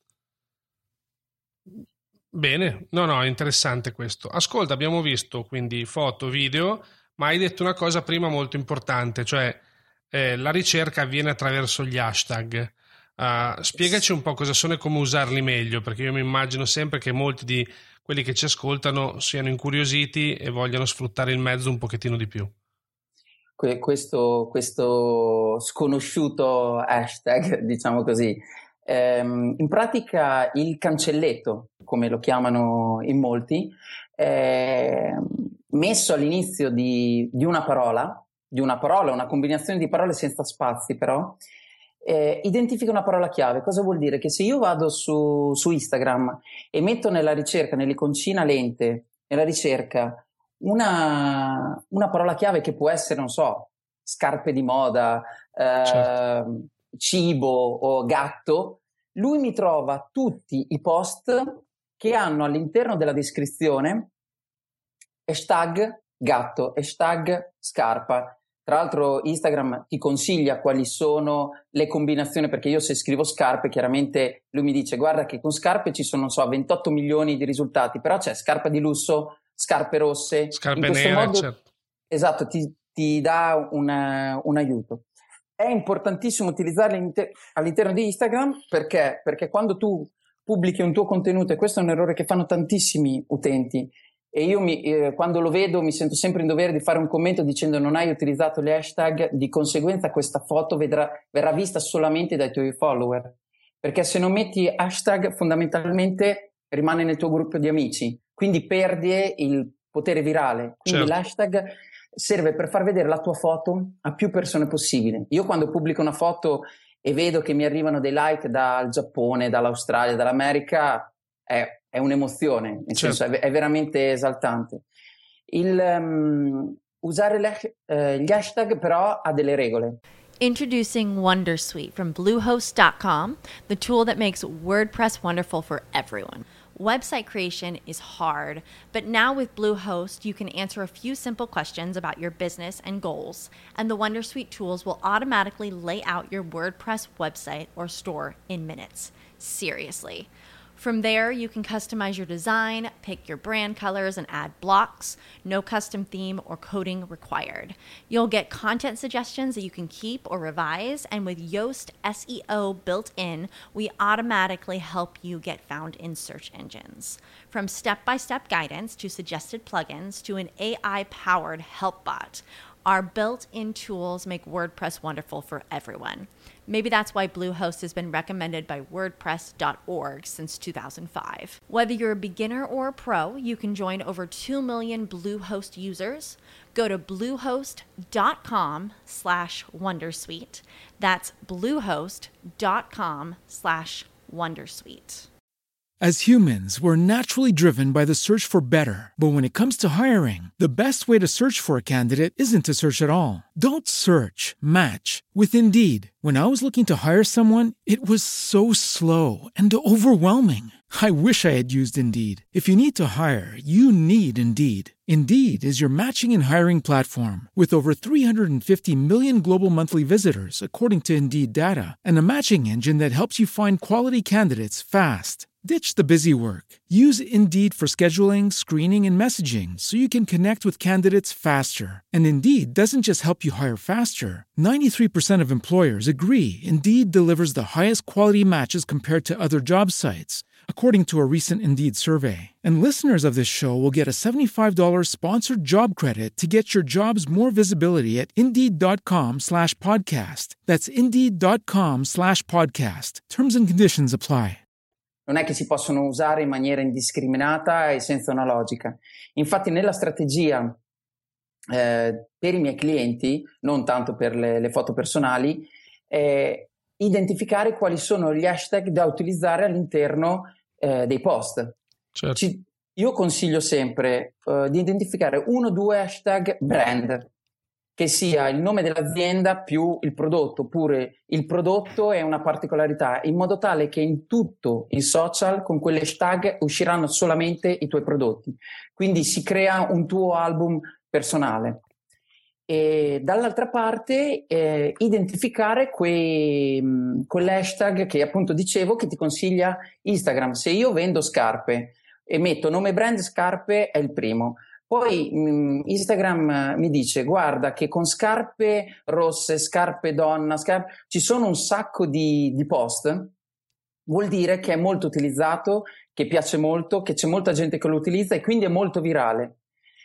Bene, no, è interessante questo. Ascolta, abbiamo visto quindi foto, video, ma hai detto una cosa prima molto importante, cioè la ricerca avviene attraverso gli hashtag. Spiegaci un po' cosa sono e come usarli meglio, perché io mi immagino sempre che molti di quelli che ci ascoltano siano incuriositi e vogliano sfruttare il mezzo un pochettino di più. Questo sconosciuto hashtag, diciamo così, in pratica il cancelletto, come lo chiamano in molti, messo all'inizio di una parola, una combinazione di parole senza spazi però, identifica una parola chiave. Cosa vuol dire? Che se io vado su Instagram e metto nella ricerca, nell'iconcina lente, nella ricerca, una parola chiave che può essere, non so, scarpe di moda, certo, cibo o gatto, lui mi trova tutti i post che hanno all'interno della descrizione hashtag gatto, hashtag scarpa. Tra l'altro Instagram ti consiglia quali sono le combinazioni, perché io se scrivo scarpe, chiaramente lui mi dice guarda che con scarpe ci sono, 28 milioni di risultati, però c'è scarpa di lusso, scarpe rosse, scarpe nere, modo, certo. Esatto, ti dà un aiuto. È importantissimo utilizzarli all'interno di Instagram perché quando tu pubblichi un tuo contenuto, e questo è un errore che fanno tantissimi utenti, e io quando lo vedo mi sento sempre in dovere di fare un commento dicendo non hai utilizzato le hashtag, di conseguenza questa foto verrà vista solamente dai tuoi follower, perché se non metti hashtag fondamentalmente rimane nel tuo gruppo di amici, quindi perdi il potere virale. Quindi certo, l'hashtag serve per far vedere la tua foto a più persone possibile. Io quando pubblico una foto e vedo che mi arrivano dei like dal Giappone, dall'Australia, dall'America, è un'emozione, nel certo, senso è veramente esaltante. Usare gli hashtag però ha delle regole. Introducing Wondersuite from Bluehost.com, the tool that makes WordPress wonderful for everyone. Website creation is hard, but now with Bluehost, you can answer a few simple questions about your business and goals, and the Wondersuite tools will automatically lay out your WordPress website or store in minutes. Seriously. From there, you can customize your design, pick your brand colors, and add blocks. No custom theme or coding required. You'll get content suggestions that you can keep or revise, and with Yoast SEO built in, we automatically help you get found in search engines. From step-by-step guidance to suggested plugins to an AI-powered help bot, our built-in tools make WordPress wonderful for everyone. Maybe that's why Bluehost has been recommended by WordPress.org since 2005. Whether you're a beginner or a pro, you can join over 2 million Bluehost users. Go to bluehost.com/wondersuite. That's bluehost.com/wondersuite. As humans, we're naturally driven by the search for better. But when it comes to hiring, the best way to search for a candidate isn't to search at all. Don't search, match with Indeed. When I was looking to hire someone, it was so slow and overwhelming. I wish I had used Indeed. If you need to hire, you need Indeed. Indeed is your matching and hiring platform with over 350 million global monthly visitors, according to Indeed data, and a matching engine that helps you find quality candidates fast. Ditch the busy work. Use Indeed for scheduling, screening, and messaging so you can connect with candidates faster. And Indeed doesn't just help you hire faster. 93% of employers agree Indeed delivers the highest quality matches compared to other job sites, according to a recent Indeed survey. And listeners of this show will get a $75 sponsored job credit to get your jobs more visibility at Indeed.com/podcast. That's Indeed.com/podcast. Terms and conditions apply. Non è che si possono usare in maniera indiscriminata e senza una logica. Infatti nella strategia per i miei clienti, non tanto per le foto personali, identificare quali sono gli hashtag da utilizzare all'interno dei post. Certo. Io consiglio sempre di identificare 1 o 2 hashtag brand, che sia il nome dell'azienda più il prodotto, oppure il prodotto è una particolarità, in modo tale che in tutto il social con quelle hashtag usciranno solamente i tuoi prodotti. Quindi si crea un tuo album personale. E dall'altra parte identificare quell'hashtag che appunto dicevo che ti consiglia Instagram. Se io vendo scarpe e metto nome brand scarpe è il primo. Poi Instagram mi dice guarda che con scarpe rosse, scarpe donna, ci sono un sacco di post, vuol dire che è molto utilizzato, che piace molto, che c'è molta gente che lo utilizza e quindi è molto virale.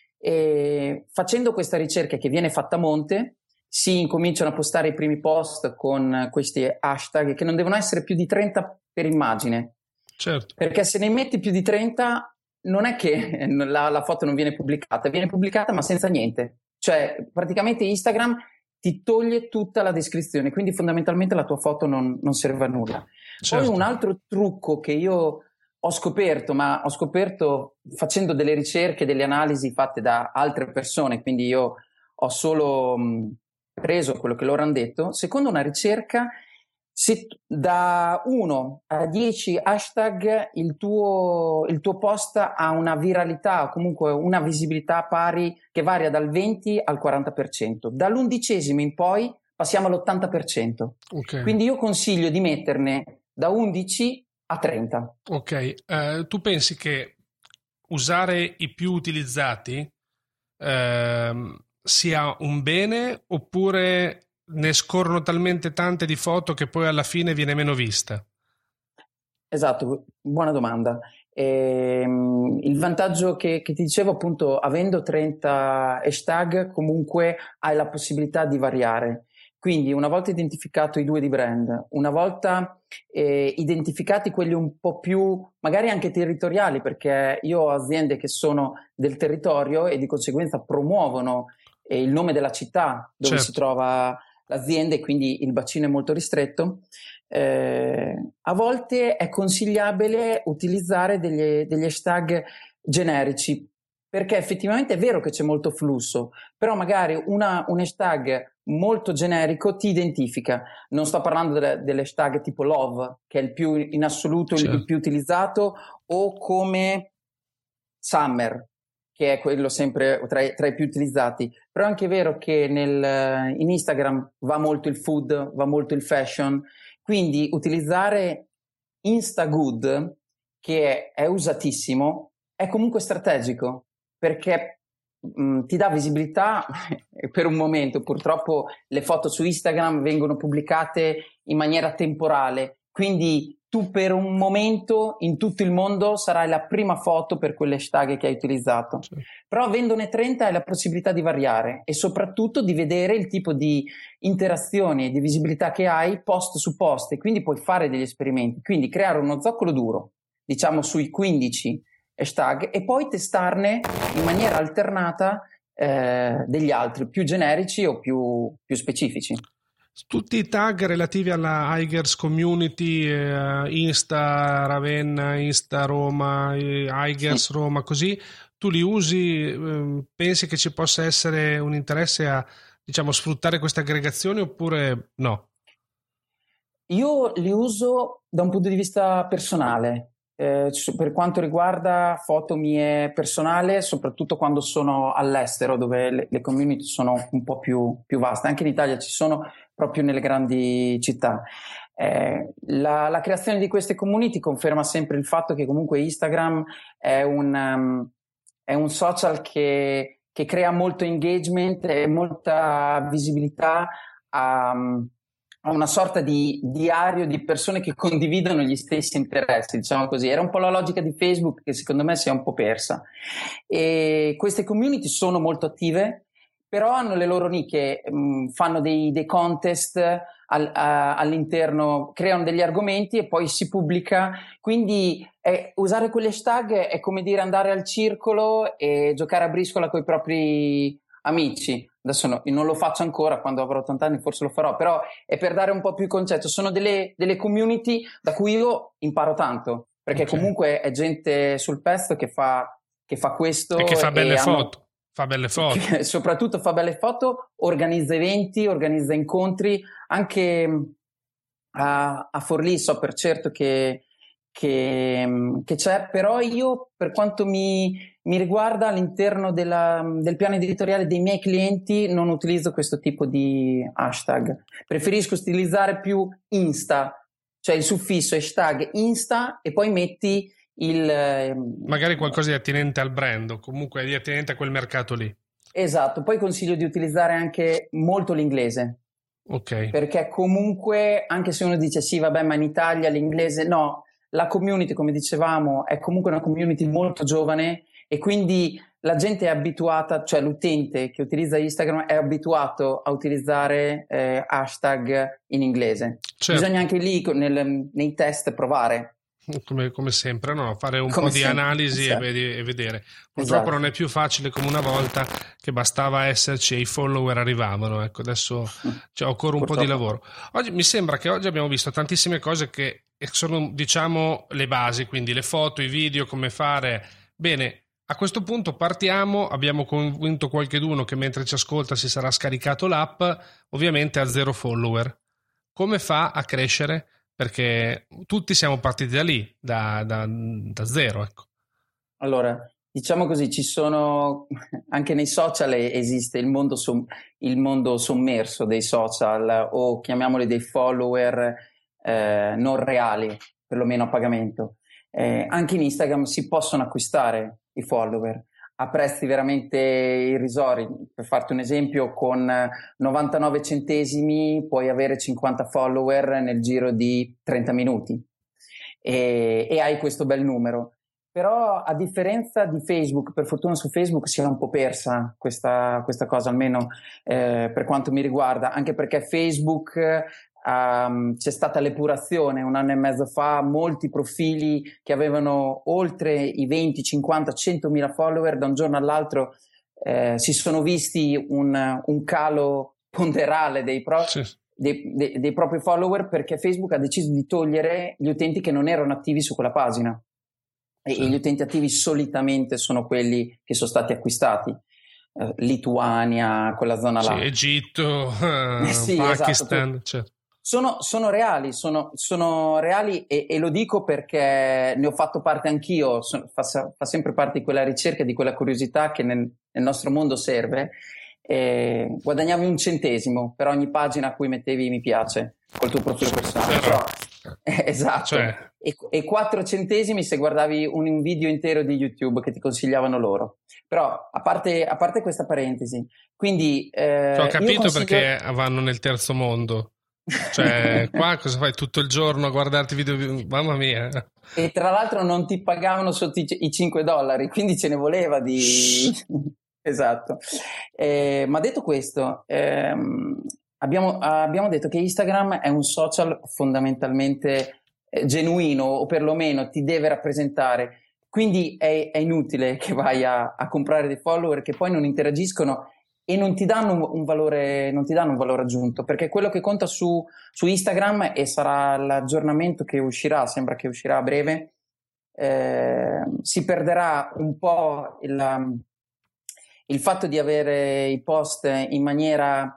E facendo questa ricerca che viene fatta a monte si incominciano a postare i primi post con questi hashtag che non devono essere più di 30 per immagine. Certo. Perché se ne metti più di 30 non è che la foto non viene pubblicata ma senza niente, cioè praticamente Instagram ti toglie tutta la descrizione, quindi fondamentalmente la tua foto non serve a nulla. Certo. Poi un altro trucco che io ho scoperto facendo delle ricerche, delle analisi fatte da altre persone, quindi io ho solo preso quello che loro hanno detto. Secondo una ricerca, se da 1 a 10 hashtag il tuo post ha una viralità o comunque una visibilità pari che varia dal 20 al 40%. Dall'11° in poi passiamo all'80%. Okay. Quindi io consiglio di metterne da 11 a 30. Ok, tu pensi che usare i più utilizzati sia un bene oppure ne scorrono talmente tante di foto che poi alla fine viene meno vista? Esatto, buona domanda. Il vantaggio che ti dicevo, appunto, avendo 30 hashtag comunque hai la possibilità di variare. Quindi una volta identificato i 2 di brand, una volta identificati quelli un po' più magari anche territoriali, perché io ho aziende che sono del territorio e di conseguenza promuovono il nome della città dove Certo. si trova l'azienda e quindi il bacino è molto ristretto. A volte è consigliabile utilizzare degli hashtag generici, perché effettivamente è vero che c'è molto flusso, però magari un hashtag molto generico ti identifica. Non sto parlando dell'hashtag tipo love, che è il più in assoluto, certo, il più utilizzato, o come summer, che è quello sempre tra i più utilizzati. Però è anche vero che in Instagram va molto il food, va molto il fashion, quindi utilizzare Instagood, che è usatissimo, è comunque strategico, perché ti dà visibilità per un momento. Purtroppo le foto su Instagram vengono pubblicate in maniera temporale, quindi tu per un momento in tutto il mondo sarai la prima foto per quell'hashtag che hai utilizzato. Sì. Però avendone 30 hai la possibilità di variare e soprattutto di vedere il tipo di interazioni e di visibilità che hai post su post, e quindi puoi fare degli esperimenti, quindi creare uno zoccolo duro, diciamo sui 15 hashtag, e poi testarne in maniera alternata degli altri più generici o più specifici. Tutti i tag relativi alla Higers Community, Insta Ravenna, Insta Roma, Higers Roma, così, tu li usi? Pensi che ci possa essere un interesse a, diciamo, sfruttare queste aggregazioni oppure no? Io li uso da un punto di vista personale, per quanto riguarda foto mie personali, soprattutto quando sono all'estero, dove le community sono un po' più vaste. Anche in Italia ci sono, proprio nelle grandi città. La creazione di queste community conferma sempre il fatto che comunque Instagram è un social che crea molto engagement e molta visibilità a una sorta di diario di persone che condividono gli stessi interessi, diciamo così. Era un po' la logica di Facebook che secondo me si è un po' persa. E queste community sono molto attive, però hanno le loro nicchie, fanno dei contest all'interno, creano degli argomenti e poi si pubblica. Quindi usare quegli hashtag è come dire andare al circolo e giocare a briscola con i propri amici. Adesso io non lo faccio ancora, quando avrò 80 anni forse lo farò, però è per dare un po' più il concetto. Sono delle community da cui io imparo tanto, perché comunque è gente sul pezzo che fa questo e che fa belle foto. Fa belle foto. Soprattutto fa belle foto, organizza eventi, organizza incontri. Anche a Forlì so per certo che c'è, però io, per quanto mi riguarda, all'interno del piano editoriale dei miei clienti non utilizzo questo tipo di hashtag. Preferisco utilizzare più Insta, cioè il suffisso hashtag Insta, e poi metti magari qualcosa di attinente al brand o comunque di attinente a quel mercato lì. Esatto, poi consiglio di utilizzare anche molto l'inglese. Ok. Perché comunque, anche se uno dice sì, vabbè, ma in Italia l'inglese, no, la community, come dicevamo, è comunque una community molto giovane e quindi la gente è abituata, cioè l'utente che utilizza Instagram è abituato a utilizzare hashtag in inglese. Certo. Bisogna anche lì nei test provare. Come sempre, no? Fare un Come po' di sempre, analisi esatto. e vedere. Purtroppo Esatto. non è più facile come una volta, che bastava esserci e i follower arrivavano. Ecco, adesso c'è ancora un po' di lavoro. Mi sembra che oggi abbiamo visto tantissime cose che sono, diciamo, le basi, quindi le foto, i video, come fare. Bene, a questo punto partiamo. Abbiamo convinto qualcheduno che mentre ci ascolta si sarà scaricato l'app, ovviamente a 0 follower. Come fa a crescere? Perché tutti siamo partiti da lì, da zero, ecco. Allora, diciamo così, ci sono anche nei social esiste il mondo sommerso dei social, o chiamiamoli dei follower non reali, perlomeno a pagamento. Anche in Instagram si possono acquistare i follower a prezzi veramente irrisori. Per farti un esempio, con 99 centesimi puoi avere 50 follower nel giro di 30 minuti e hai questo bel numero. Però, a differenza di Facebook, per fortuna su Facebook si è un po' persa questa cosa, almeno per quanto mi riguarda, anche perché Facebook c'è stata l'epurazione 1 anno e mezzo fa. Molti profili che avevano oltre i 20, 50, 100.000 follower da un giorno all'altro si sono visti un calo ponderale dei propri follower, perché Facebook ha deciso di togliere gli utenti che non erano attivi su quella pagina. E gli utenti attivi solitamente sono quelli che sono stati acquistati. Lituania, quella zona là. Sì, Egitto, sì, Pakistan, esatto. certo. Sono reali, sono reali e lo dico perché ne ho fatto parte anch'io. Fa sempre parte di quella ricerca, di quella curiosità che nel nostro mondo serve. Guadagnavi 1 centesimo per ogni pagina a cui mettevi mi piace col tuo profilo personale. Però, esatto. Cioè. E 4 centesimi se guardavi un video intero di YouTube che ti consigliavano loro. Però a parte questa parentesi, quindi ho capito perché vanno nel terzo mondo. Cioè, qua cosa fai tutto il giorno a guardarti video? Mamma mia. E tra l'altro non ti pagavano sotto i $5, quindi ce ne voleva di esatto. Ma detto questo, abbiamo detto che Instagram è un social fondamentalmente genuino, o perlomeno ti deve rappresentare, quindi è inutile che vai a comprare dei follower che poi non interagiscono e non ti danno un valore aggiunto, perché quello che conta su Instagram, e sarà l'aggiornamento che uscirà, sembra che uscirà a breve, si perderà un po' il fatto di avere i post in maniera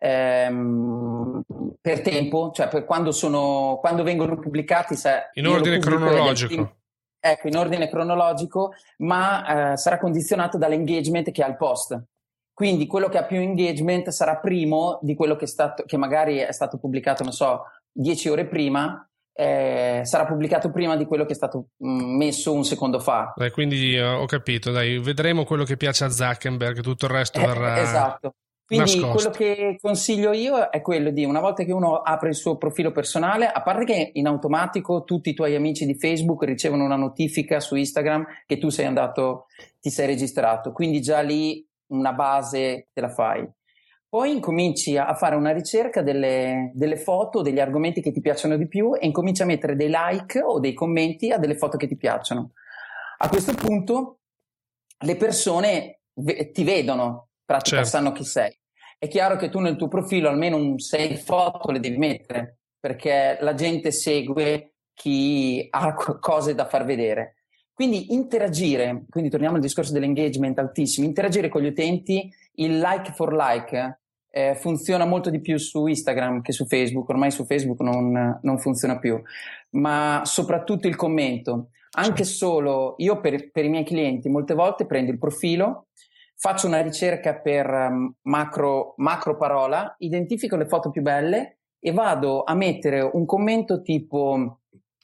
per tempo, cioè per quando vengono pubblicati, in ordine cronologico. ecco, in ordine cronologico, ma sarà condizionato dall'engagement che ha il post. Quindi quello che ha più engagement sarà primo di quello che magari è stato pubblicato, non so, 10 ore prima, sarà pubblicato prima di quello che è stato messo un secondo fa. Quindi ho capito, dai, vedremo quello che piace a Zuckerberg, tutto il resto verrà esatto. Quindi nascosto. quello che consiglio io è quello di, una volta che uno apre il suo profilo personale, a parte che in automatico tutti i tuoi amici di Facebook ricevono una notifica su Instagram che tu ti sei registrato, quindi già lì una base te la fai. Poi incominci a fare una ricerca delle foto, degli argomenti che ti piacciono di più e incominci a mettere dei like o dei commenti a delle foto che ti piacciono. A questo punto le persone ti vedono, pratica, Certo. sanno chi sei. È chiaro che tu nel tuo profilo almeno 6 foto le devi mettere, perché la gente segue chi ha cose da far vedere. Quindi interagire, quindi torniamo al discorso dell'engagement altissimo, interagire con gli utenti, il like for like funziona molto di più su Instagram che su Facebook, ormai su Facebook non funziona più, ma soprattutto il commento. Anche solo io per i miei clienti molte volte prendo il profilo, faccio una ricerca per macro parola, identifico le foto più belle e vado a mettere un commento tipo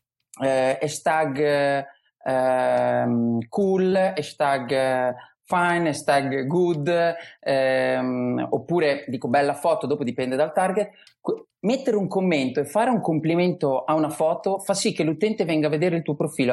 hashtag cool, hashtag fine, hashtag good, oppure dico bella foto, dopo dipende dal target. Mettere un commento e fare un complimento a una foto fa sì che l'utente venga a vedere il tuo profilo.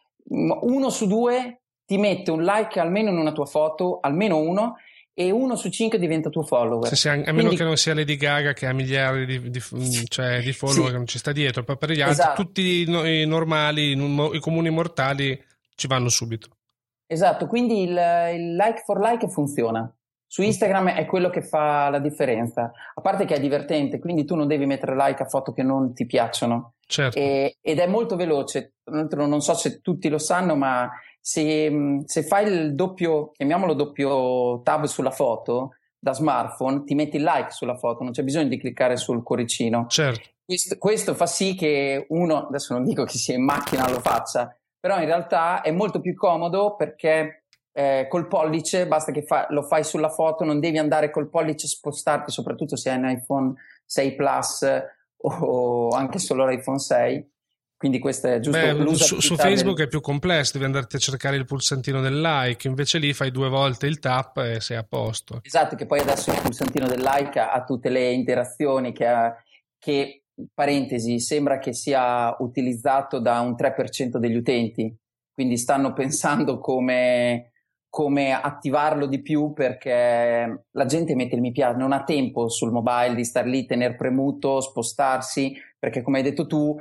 1 su 2 ti mette un like almeno in una tua foto, almeno uno, e 1 su 5 diventa tuo follower. Sì, a meno che non sia Lady Gaga che ha miliardi di follower, sì, che non ci sta dietro, ma per gli altri esatto. tutti i normali, i comuni mortali ci vanno subito. Esatto, quindi il like for like funziona. Su Instagram è quello che fa la differenza, a parte che è divertente, quindi tu non devi mettere like a foto che non ti piacciono. Certo. Ed è molto veloce. Non so se tutti lo sanno, ma se fai il doppio, chiamiamolo doppio tab sulla foto da smartphone, ti metti il like sulla foto, non c'è bisogno di cliccare sul cuoricino. Certo. Questo fa sì che uno, adesso non dico che sia in macchina lo faccia, però in realtà è molto più comodo perché col pollice basta che lo fai sulla foto, non devi andare col pollice a spostarti, soprattutto se hai un iPhone 6 Plus o anche solo l'iPhone 6. Quindi questo è giusto. Su Facebook è più complesso, devi andarti a cercare il pulsantino del like, invece lì fai 2 volte il tap e sei a posto. Esatto, che poi adesso il pulsantino del like ha tutte le interazioni che parentesi, sembra che sia utilizzato da un 3% degli utenti, quindi stanno pensando come attivarlo di più, perché la gente mette il mi piace, non ha tempo sul mobile di star lì, tener premuto, spostarsi, perché come hai detto tu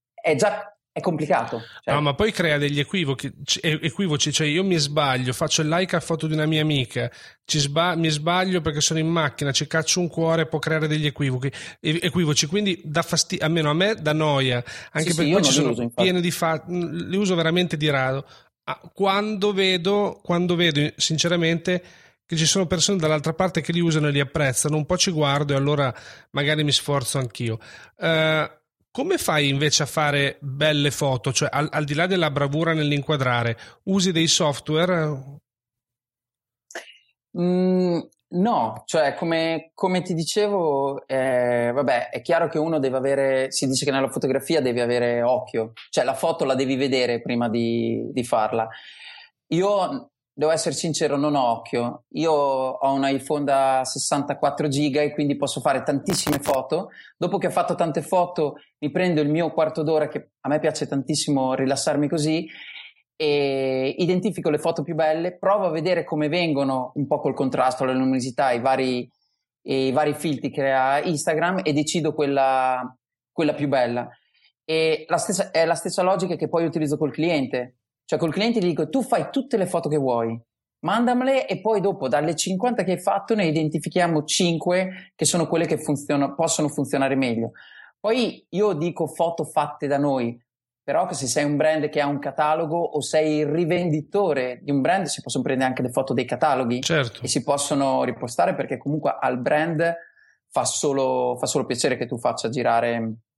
è complicato. Cioè... No, ma poi crea degli equivoci, cioè io mi sbaglio, faccio il like a foto di una mia amica, mi sbaglio perché sono in macchina, ci caccio un cuore, può creare degli equivoci, quindi dà fastidio, almeno a me dà noia, anche perché poi ci sono pieni di li uso veramente di rado. Quando vedo sinceramente che ci sono persone dall'altra parte che li usano e li apprezzano, un po' ci guardo e allora magari mi sforzo anch'io. Come fai invece a fare belle foto? Cioè, al di là della bravura nell'inquadrare, usi dei software? No, cioè come ti dicevo, vabbè, è chiaro che uno deve avere, si dice che nella fotografia devi avere occhio, cioè la foto la devi vedere prima di farla. Io devo essere sincero, non ho occhio. Io ho un iPhone da 64 giga e quindi posso fare tantissime foto. Dopo che ho fatto tante foto, mi prendo il mio quarto d'ora, che a me piace tantissimo rilassarmi così, e identifico le foto più belle, provo a vedere come vengono un po' col contrasto, la luminosità, i vari filtri che ha Instagram, e decido quella più bella. E è la stessa logica che poi utilizzo col cliente. Cioè col cliente gli dico: tu fai tutte le foto che vuoi, mandamele, e poi dopo dalle 50 che hai fatto ne identifichiamo 5 che sono quelle che possono funzionare meglio. Poi io dico foto fatte da noi, però che se sei un brand che ha un catalogo o sei il rivenditore di un brand, si possono prendere anche le foto dei cataloghi. Certo. E si possono ripostare, perché comunque al brand fa solo piacere che tu faccia girare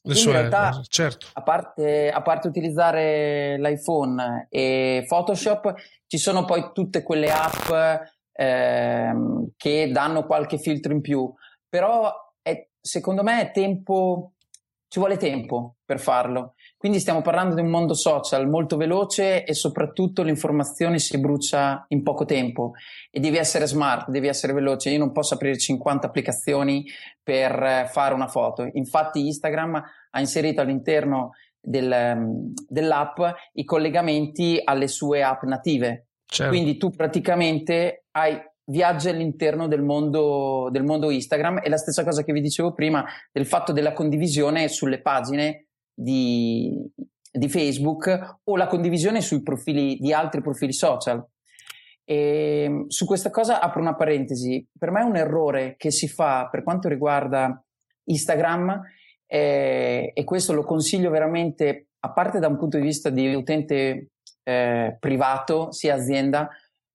Quindi in realtà, certo. a parte utilizzare l'iPhone e Photoshop, ci sono poi tutte quelle app che danno qualche filtro in più, però secondo me ci vuole tempo per farlo. Quindi stiamo parlando di un mondo social molto veloce e soprattutto l'informazione si brucia in poco tempo e devi essere smart, devi essere veloce. Io non posso aprire 50 applicazioni per fare una foto. Infatti Instagram ha inserito all'interno dell'app i collegamenti alle sue app native. Certo. Quindi tu praticamente viaggi all'interno del mondo Instagram. E la stessa cosa che vi dicevo prima del fatto della condivisione sulle pagine di Facebook o la condivisione sui profili di altri profili social. E su questa cosa apro una parentesi. Per me è un errore che si fa per quanto riguarda Instagram, e questo lo consiglio veramente, a parte da un punto di vista di utente privato sia azienda.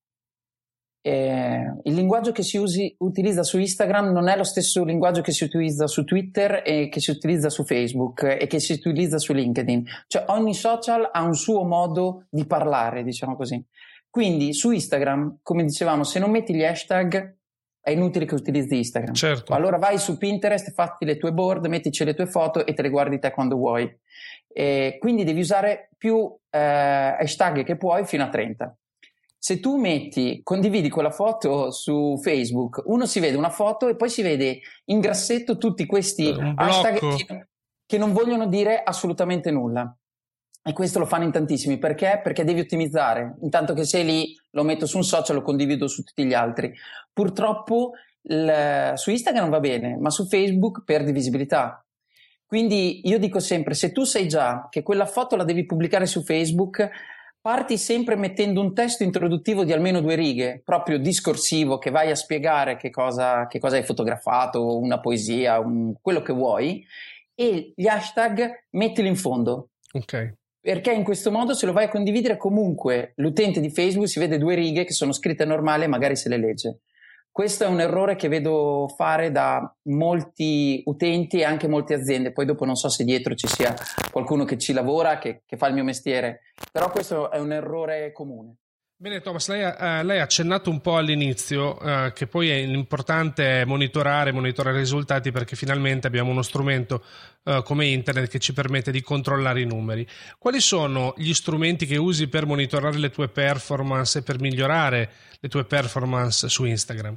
Il linguaggio che si utilizza su Instagram non è lo stesso linguaggio che si utilizza su Twitter e che si utilizza su Facebook e che si utilizza su LinkedIn. Cioè ogni social ha un suo modo di parlare, diciamo così. Quindi su Instagram, come dicevamo, se non metti gli hashtag è inutile che utilizzi Instagram. Certo. Allora vai su Pinterest, fatti le tue board, mettici le tue foto e te le guardi te quando vuoi. Quindi devi usare più hashtag che puoi, fino a 30. Se tu condividi quella foto su Facebook, uno si vede una foto e poi si vede in grassetto tutti questi hashtag che non vogliono dire assolutamente nulla. E questo lo fanno in tantissimi. Perché? Perché devi ottimizzare. Intanto che sei lì, lo metto su un social, lo condivido su tutti gli altri. Purtroppo su Instagram va bene, ma su Facebook perdi visibilità. Quindi io dico sempre, se tu sai già che quella foto la devi pubblicare su Facebook, parti sempre mettendo un testo introduttivo di almeno 2 righe, proprio discorsivo, che vai a spiegare che cosa hai fotografato, una poesia, quello che vuoi, e gli hashtag mettili in fondo. Ok. Perché in questo modo, se lo vai a condividere, comunque l'utente di Facebook si vede 2 righe che sono scritte normali e magari se le legge. Questo è un errore che vedo fare da molti utenti e anche molte aziende. Poi dopo non so se dietro ci sia qualcuno che ci lavora, che fa il mio mestiere, però questo è un errore comune. Bene Thomas, lei ha accennato un po' all'inizio che poi è importante monitorare i risultati, perché finalmente abbiamo uno strumento come internet che ci permette di controllare i numeri. Quali sono gli strumenti che usi per monitorare le tue performance e per migliorare le tue performance su Instagram?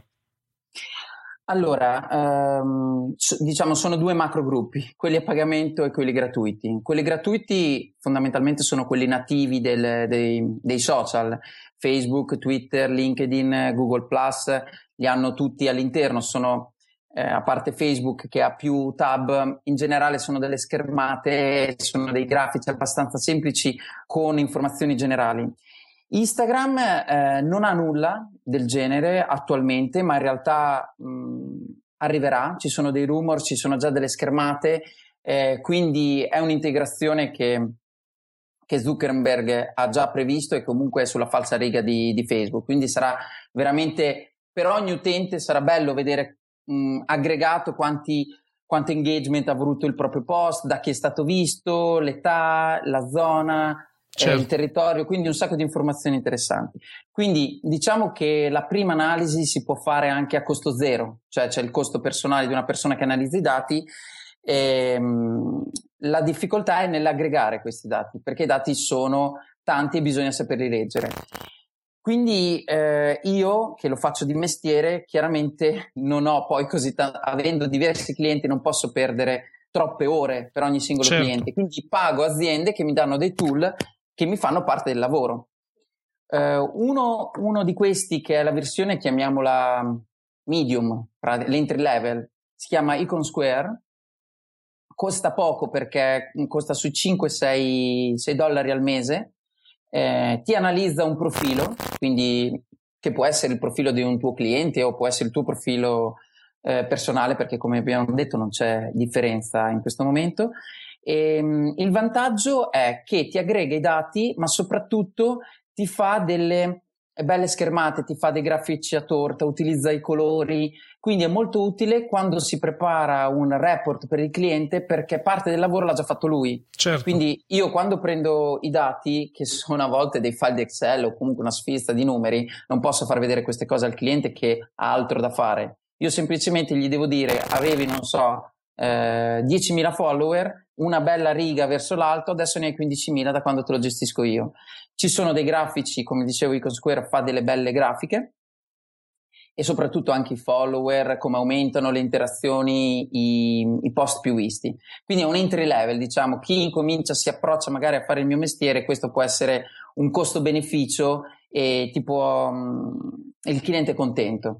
Allora, diciamo sono 2 macro gruppi, quelli a pagamento e quelli gratuiti. Quelli gratuiti fondamentalmente sono quelli nativi dei social, Facebook, Twitter, LinkedIn, Google+, li hanno tutti all'interno. Sono, a parte Facebook che ha più tab, in generale sono delle schermate, sono dei grafici abbastanza semplici con informazioni generali. Instagram non ha nulla del genere attualmente, ma in realtà arriverà, ci sono dei rumor, ci sono già delle schermate, quindi è un'integrazione che Zuckerberg ha già previsto e comunque è sulla falsa riga di Facebook, quindi sarà veramente, per ogni utente sarà bello vedere aggregato quanto engagement ha avuto il proprio post, da chi è stato visto, l'età, la zona, certo, il territorio, quindi un sacco di informazioni interessanti. Quindi diciamo che la prima analisi si può fare anche a costo zero, cioè c'è il costo personale di una persona che analizza i dati. La difficoltà è nell'aggregare questi dati, perché i dati sono tanti e bisogna saperli leggere. Quindi io, che lo faccio di mestiere, chiaramente non ho poi così avendo diversi clienti non posso perdere troppe ore per ogni singolo cliente, quindi pago aziende che mi danno dei tool che mi fanno parte del lavoro. Uno di questi, che è la versione, chiamiamola medium, l'entry level, si chiama Icon Square. Costa poco perché costa sui $5-6 al mese, ti analizza un profilo, quindi che può essere il profilo di un tuo cliente o può essere il tuo profilo personale, perché come abbiamo detto non c'è differenza in questo momento. Il vantaggio è che ti aggrega i dati, ma soprattutto ti fa delle belle schermate, ti fa dei grafici a torta, utilizza i colori, quindi è molto utile quando si prepara un report per il cliente, perché parte del lavoro l'ha già fatto lui. Certo. Quindi io quando prendo i dati, che sono a volte dei file di Excel o comunque una sfilza di numeri, non posso far vedere queste cose al cliente che ha altro da fare. Io semplicemente gli devo dire: avevi, non so, 10.000 follower, una bella riga verso l'alto, adesso ne hai 15.000 da quando te lo gestisco io. Ci sono dei grafici, come dicevo, IconSquare fa delle belle grafiche, e soprattutto anche i follower, come aumentano le interazioni, i post più visti. Quindi è un entry level, diciamo, chi incomincia, si approccia magari a fare il mio mestiere, questo può essere un costo-beneficio e tipo il cliente è contento.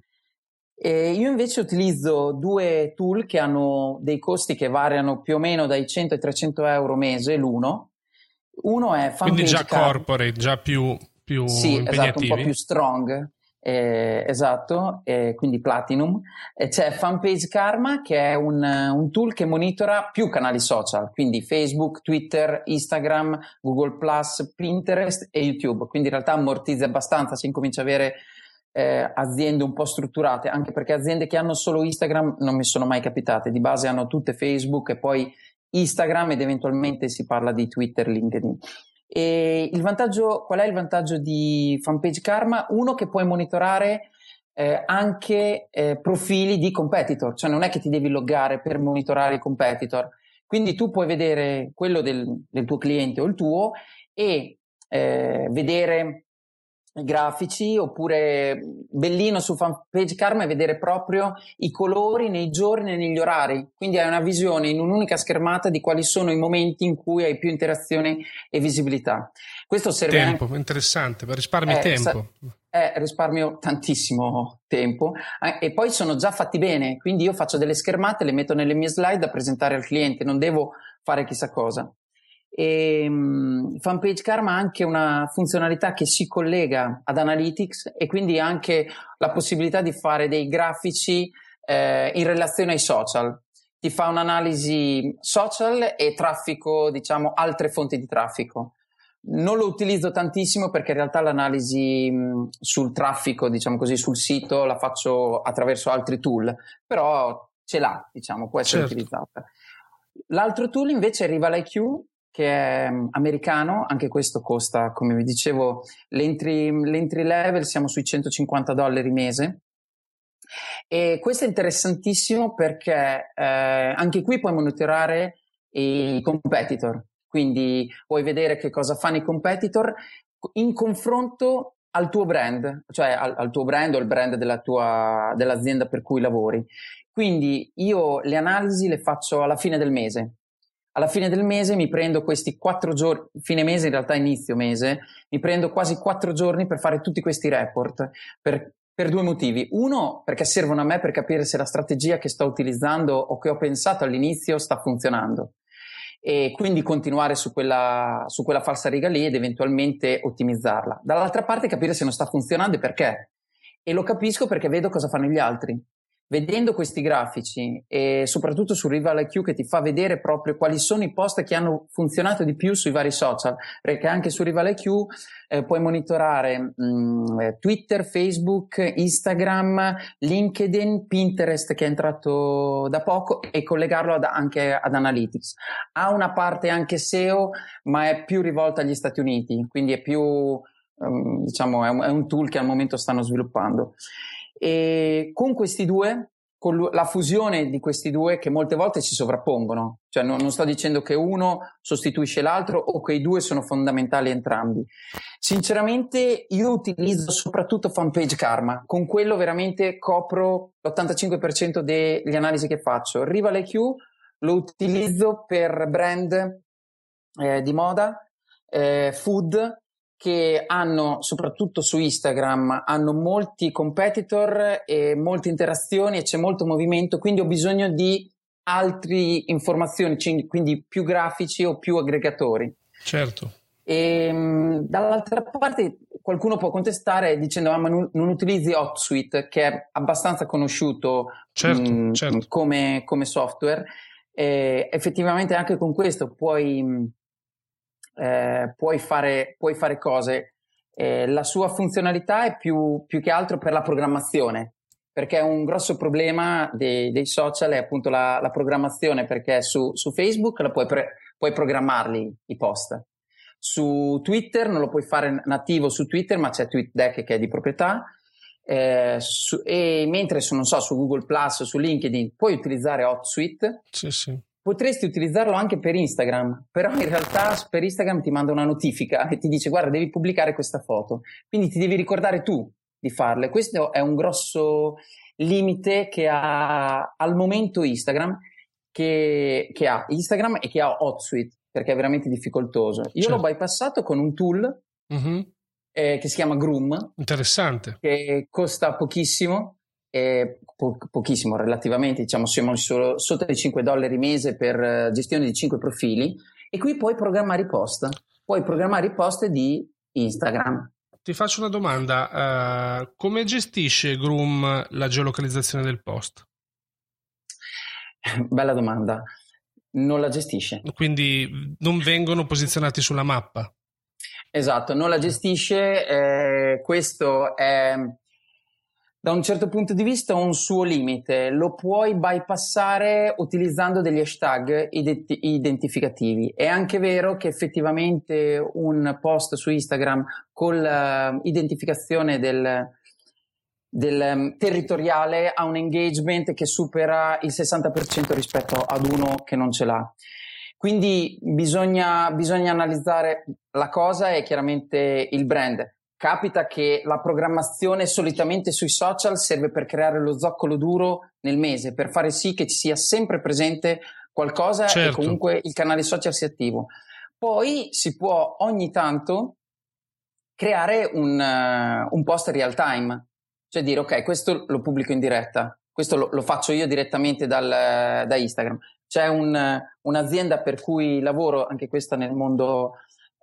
Io invece utilizzo due tool che hanno dei costi che variano più o meno dai 100 ai 300 euro mese l'uno. Uno è Fanpage Quindi già Karma. corporate, già più Sì, impegnativi. esatto, un po' più strong, esatto, quindi Platinum. E c'è Fanpage Karma, che è un tool che monitora più canali social, quindi Facebook, Twitter, Instagram, Google+, Pinterest e YouTube. Quindi in realtà ammortizza abbastanza, si incomincia a avere aziende un po' strutturate, anche perché aziende che hanno solo Instagram non mi sono mai capitate, di base hanno tutte Facebook e poi Instagram, ed eventualmente si parla di Twitter, LinkedIn. E il vantaggio, qual è il vantaggio di Fanpage Karma? Uno, che puoi monitorare anche profili di competitor, cioè non è che ti devi loggare per monitorare i competitor, quindi tu puoi vedere quello del tuo cliente o il tuo e vedere grafici, oppure bellino su Fanpage Karma è vedere proprio i colori nei giorni e negli orari, quindi hai una visione in un'unica schermata di quali sono i momenti in cui hai più interazione e visibilità. Questo serve tempo, anche... interessante, risparmi tempo. Risparmio tantissimo tempo, e poi sono già fatti bene, quindi io faccio delle schermate, le metto nelle mie slide da presentare al cliente, non devo fare chissà cosa. E Fanpage Karma ha anche una funzionalità che si collega ad Analytics, e quindi anche la possibilità di fare dei grafici in relazione ai social. Ti fa un'analisi social e traffico, diciamo, altre fonti di traffico. Non lo utilizzo tantissimo perché in realtà l'analisi sul traffico, diciamo così, sul sito la faccio attraverso altri tool, però ce l'ha, diciamo, può essere utilizzata. L'altro tool invece è RivalIQ, che è americano, anche questo costa, come vi dicevo, l'entry level siamo sui $150 mese, e questo è interessantissimo perché anche qui puoi monitorare i competitor, quindi puoi vedere che cosa fanno i competitor in confronto al tuo brand, cioè al tuo brand o il brand dell'azienda per cui lavori. Quindi io le analisi le faccio alla fine del mese. Alla fine del mese mi prendo questi 4 giorni, fine mese in realtà inizio mese, mi prendo quasi 4 giorni per fare tutti questi report, per due motivi. Uno, perché servono a me per capire se la strategia che sto utilizzando o che ho pensato all'inizio sta funzionando, e quindi continuare su quella falsariga lì ed eventualmente ottimizzarla. Dall'altra parte capire se non sta funzionando e perché. E lo capisco perché vedo cosa fanno gli altri. Vedendo questi grafici, e soprattutto su RivalIQ, che ti fa vedere proprio quali sono i post che hanno funzionato di più sui vari social, perché anche su RivalIQ puoi monitorare Twitter, Facebook, Instagram, LinkedIn, Pinterest, che è entrato da poco, e collegarlo anche ad Analytics. Ha una parte anche SEO, ma è più rivolta agli Stati Uniti, quindi è più diciamo è un tool che al momento stanno sviluppando. E con questi due, con la fusione di questi due, che molte volte si sovrappongono, cioè non sto dicendo che uno sostituisce l'altro o che i due sono fondamentali entrambi. Sinceramente io utilizzo soprattutto Fanpage Karma, con quello veramente copro l'85% delle analisi che faccio. RivalIQ lo utilizzo per brand di moda, food, che hanno, soprattutto su Instagram, hanno molti competitor e molte interazioni e c'è molto movimento, quindi ho bisogno di altre informazioni, quindi più grafici o più aggregatori. Certo. E dall'altra parte qualcuno può contestare dicendo ma non utilizzi HotSuite, che è abbastanza conosciuto certo. Come software. Effettivamente anche con questo puoi fare cose. La sua funzionalità è più che altro per la programmazione, perché un grosso problema dei social è appunto la programmazione, perché su Facebook puoi programmarli i post. Su Twitter non lo puoi fare nativo su Twitter, ma c'è TweetDeck che è di proprietà, e mentre su Google Plus, su LinkedIn puoi utilizzare HotSuite. Sì. Potresti utilizzarlo anche per Instagram, però in realtà per Instagram ti manda una notifica e ti dice: guarda, devi pubblicare questa foto, quindi ti devi ricordare tu di farle. Questo è un grosso limite che ha al momento Instagram, che ha Instagram e che ha HotSuite, perché è veramente difficoltoso. Io l'ho bypassato con un tool che si chiama Groom. Interessante. Che costa pochissimo, pochissimo relativamente, diciamo siamo sotto i $5 mese per gestione di 5 profili, e qui puoi programmare i post di Instagram. Ti faccio una domanda, come gestisce Groom la geolocalizzazione del post? Bella domanda. Non la gestisce. Quindi non vengono posizionati sulla mappa? Esatto, non la gestisce. Questo è, da un certo punto di vista, un suo limite. Lo puoi bypassare utilizzando degli hashtag identificativi. È anche vero che effettivamente un post su Instagram con l'identificazione del territoriale ha un engagement che supera il 60% rispetto ad uno che non ce l'ha. Quindi bisogna analizzare la cosa, e chiaramente il brand. Capita che la programmazione solitamente sui social serve per creare lo zoccolo duro nel mese, per fare sì che ci sia sempre presente qualcosa, certo, e comunque il canale social sia attivo. Poi si può ogni tanto creare un post real time, cioè dire: ok, questo lo pubblico in diretta, questo lo faccio io direttamente da Instagram. C'è un'azienda per cui lavoro, anche questa nel mondo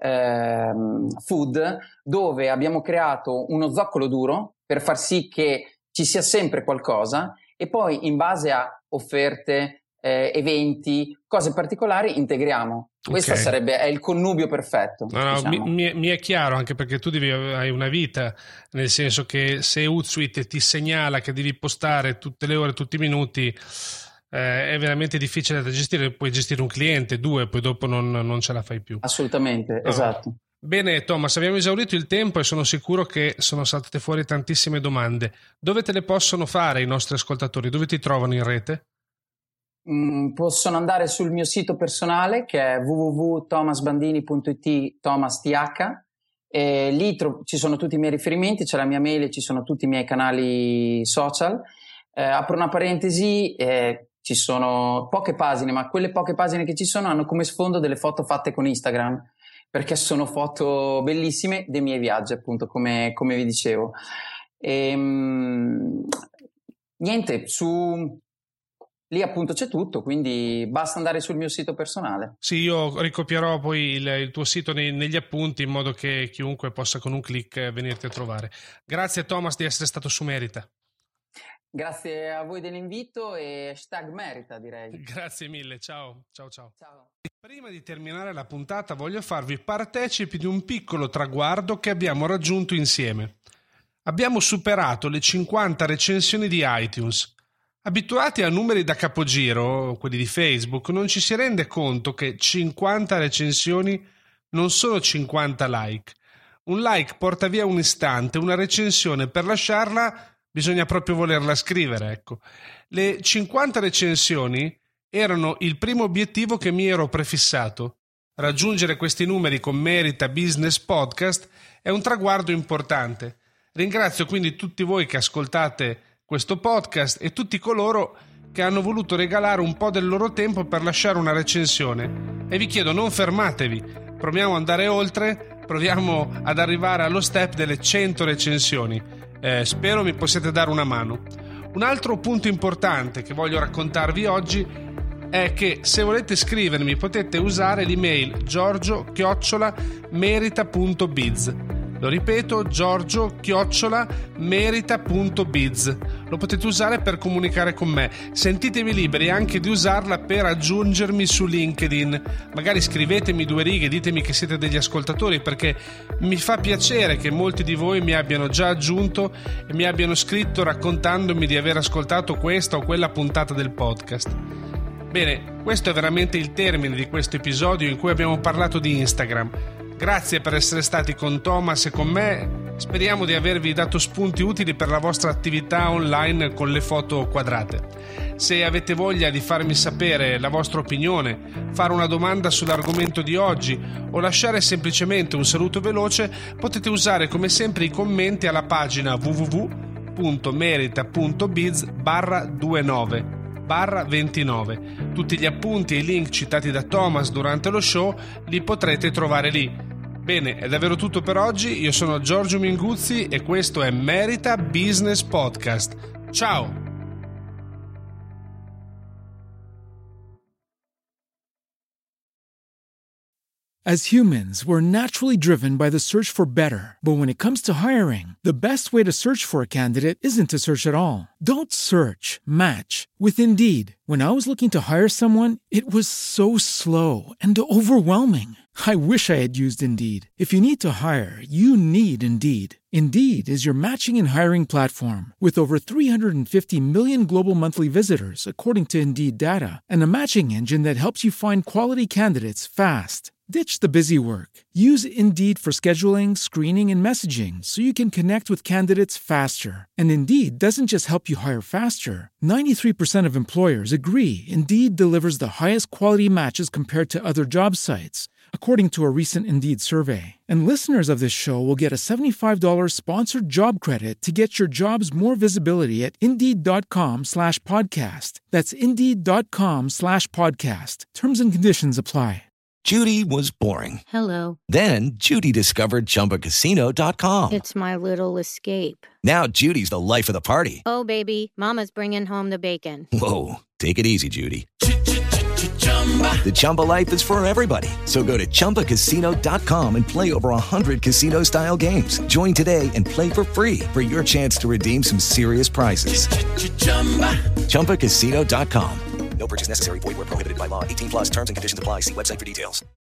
food, dove abbiamo creato uno zoccolo duro per far sì che ci sia sempre qualcosa, e poi in base a offerte, eventi, cose particolari integriamo. Questo è il connubio perfetto. No, diciamo. mi è chiaro, anche perché tu hai una vita, nel senso che se HotSuite ti segnala che devi postare tutte le ore, tutti i minuti, è veramente difficile da gestire. Puoi gestire un cliente, 2, poi dopo non ce la fai più. Assolutamente, esatto. Bene Thomas, abbiamo esaurito il tempo e sono sicuro che sono saltate fuori tantissime domande. Dove te le possono fare i nostri ascoltatori? Dove ti trovano in rete? Possono andare sul mio sito personale, che è www.thomasbandini.it, Thomas TH, e lì ci sono tutti i miei riferimenti, c'è la mia mail e ci sono tutti i miei canali social. Apro una parentesi, ci sono poche pagine, ma quelle poche pagine che ci sono hanno come sfondo delle foto fatte con Instagram, perché sono foto bellissime dei miei viaggi, appunto, come vi dicevo. Niente, lì appunto c'è tutto, quindi basta andare sul mio sito personale. Sì, io ricopierò poi il tuo sito negli appunti, in modo che chiunque possa con un click venirti a trovare. Grazie Thomas di essere stato su Merita. Grazie a voi dell'invito, e #merita, direi. Grazie mille, ciao. Prima di terminare la puntata voglio farvi partecipi di un piccolo traguardo che abbiamo raggiunto insieme. Abbiamo superato le 50 recensioni di iTunes. Abituati a numeri da capogiro, quelli di Facebook, non ci si rende conto che 50 recensioni non sono 50 like. Un like porta via un istante, una recensione per lasciarla bisogna proprio volerla scrivere, ecco. Le 50 recensioni erano il primo obiettivo che mi ero prefissato. Raggiungere questi numeri con Merita Business Podcast è un traguardo importante. Ringrazio quindi tutti voi che ascoltate questo podcast e tutti coloro che hanno voluto regalare un po' del loro tempo per lasciare una recensione. E vi chiedo, non fermatevi, proviamo ad andare oltre, proviamo ad arrivare allo step delle 100 recensioni. Spero mi possiate dare una mano. Un altro punto importante che voglio raccontarvi oggi è che se volete scrivermi potete usare l'email giorgio@merita.biz. Lo ripeto, giorgio@merita.biz. Lo potete usare per comunicare con me. Sentitevi liberi anche di usarla per aggiungermi su LinkedIn. Magari scrivetemi 2 righe, ditemi che siete degli ascoltatori, perché mi fa piacere che molti di voi mi abbiano già aggiunto e mi abbiano scritto raccontandomi di aver ascoltato questa o quella puntata del podcast. Bene, questo è veramente il termine di questo episodio in cui abbiamo parlato di Instagram. Grazie per essere stati con Thomas e con me. Speriamo di avervi dato spunti utili per la vostra attività online con le foto quadrate. Se avete voglia di farmi sapere la vostra opinione, fare una domanda sull'argomento di oggi o lasciare semplicemente un saluto veloce, potete usare come sempre i commenti alla pagina www.merita.biz/29. Tutti gli appunti e i link citati da Thomas durante lo show li potrete trovare lì. Bene, è davvero tutto per oggi. Io sono Giorgio Minguzzi e questo è Merita Business Podcast. Ciao! As humans, we're naturally driven by the search for better. But when it comes to hiring, the best way to search for a candidate isn't to search at all. Don't search, match with Indeed. When I was looking to hire someone, it was so slow and overwhelming. I wish I had used Indeed. If you need to hire, you need Indeed. Indeed is your matching and hiring platform with over 350 million global monthly visitors, according to Indeed data, and a matching engine that helps you find quality candidates fast. Ditch the busy work. Use Indeed for scheduling, screening, and messaging so you can connect with candidates faster. And Indeed doesn't just help you hire faster. 93% of employers agree Indeed delivers the highest quality matches compared to other job sites, according to a recent Indeed survey. And listeners of this show will get a $75 sponsored job credit to get your jobs more visibility at Indeed.com/podcast. That's Indeed.com/podcast. Terms and conditions apply. Judy was boring. Hello. Then Judy discovered ChumbaCasino.com. It's my little escape. Now Judy's the life of the party. Oh, baby, mama's bringing home the bacon. Whoa, take it easy, Judy. The Chumba life is for everybody. So go to ChumbaCasino.com and play over 100 casino-style games. Join today and play for free for your chance to redeem some serious prizes. ChumbaCasino.com. No purchase necessary. Void where prohibited by law. 18+ terms and conditions apply. See website for details.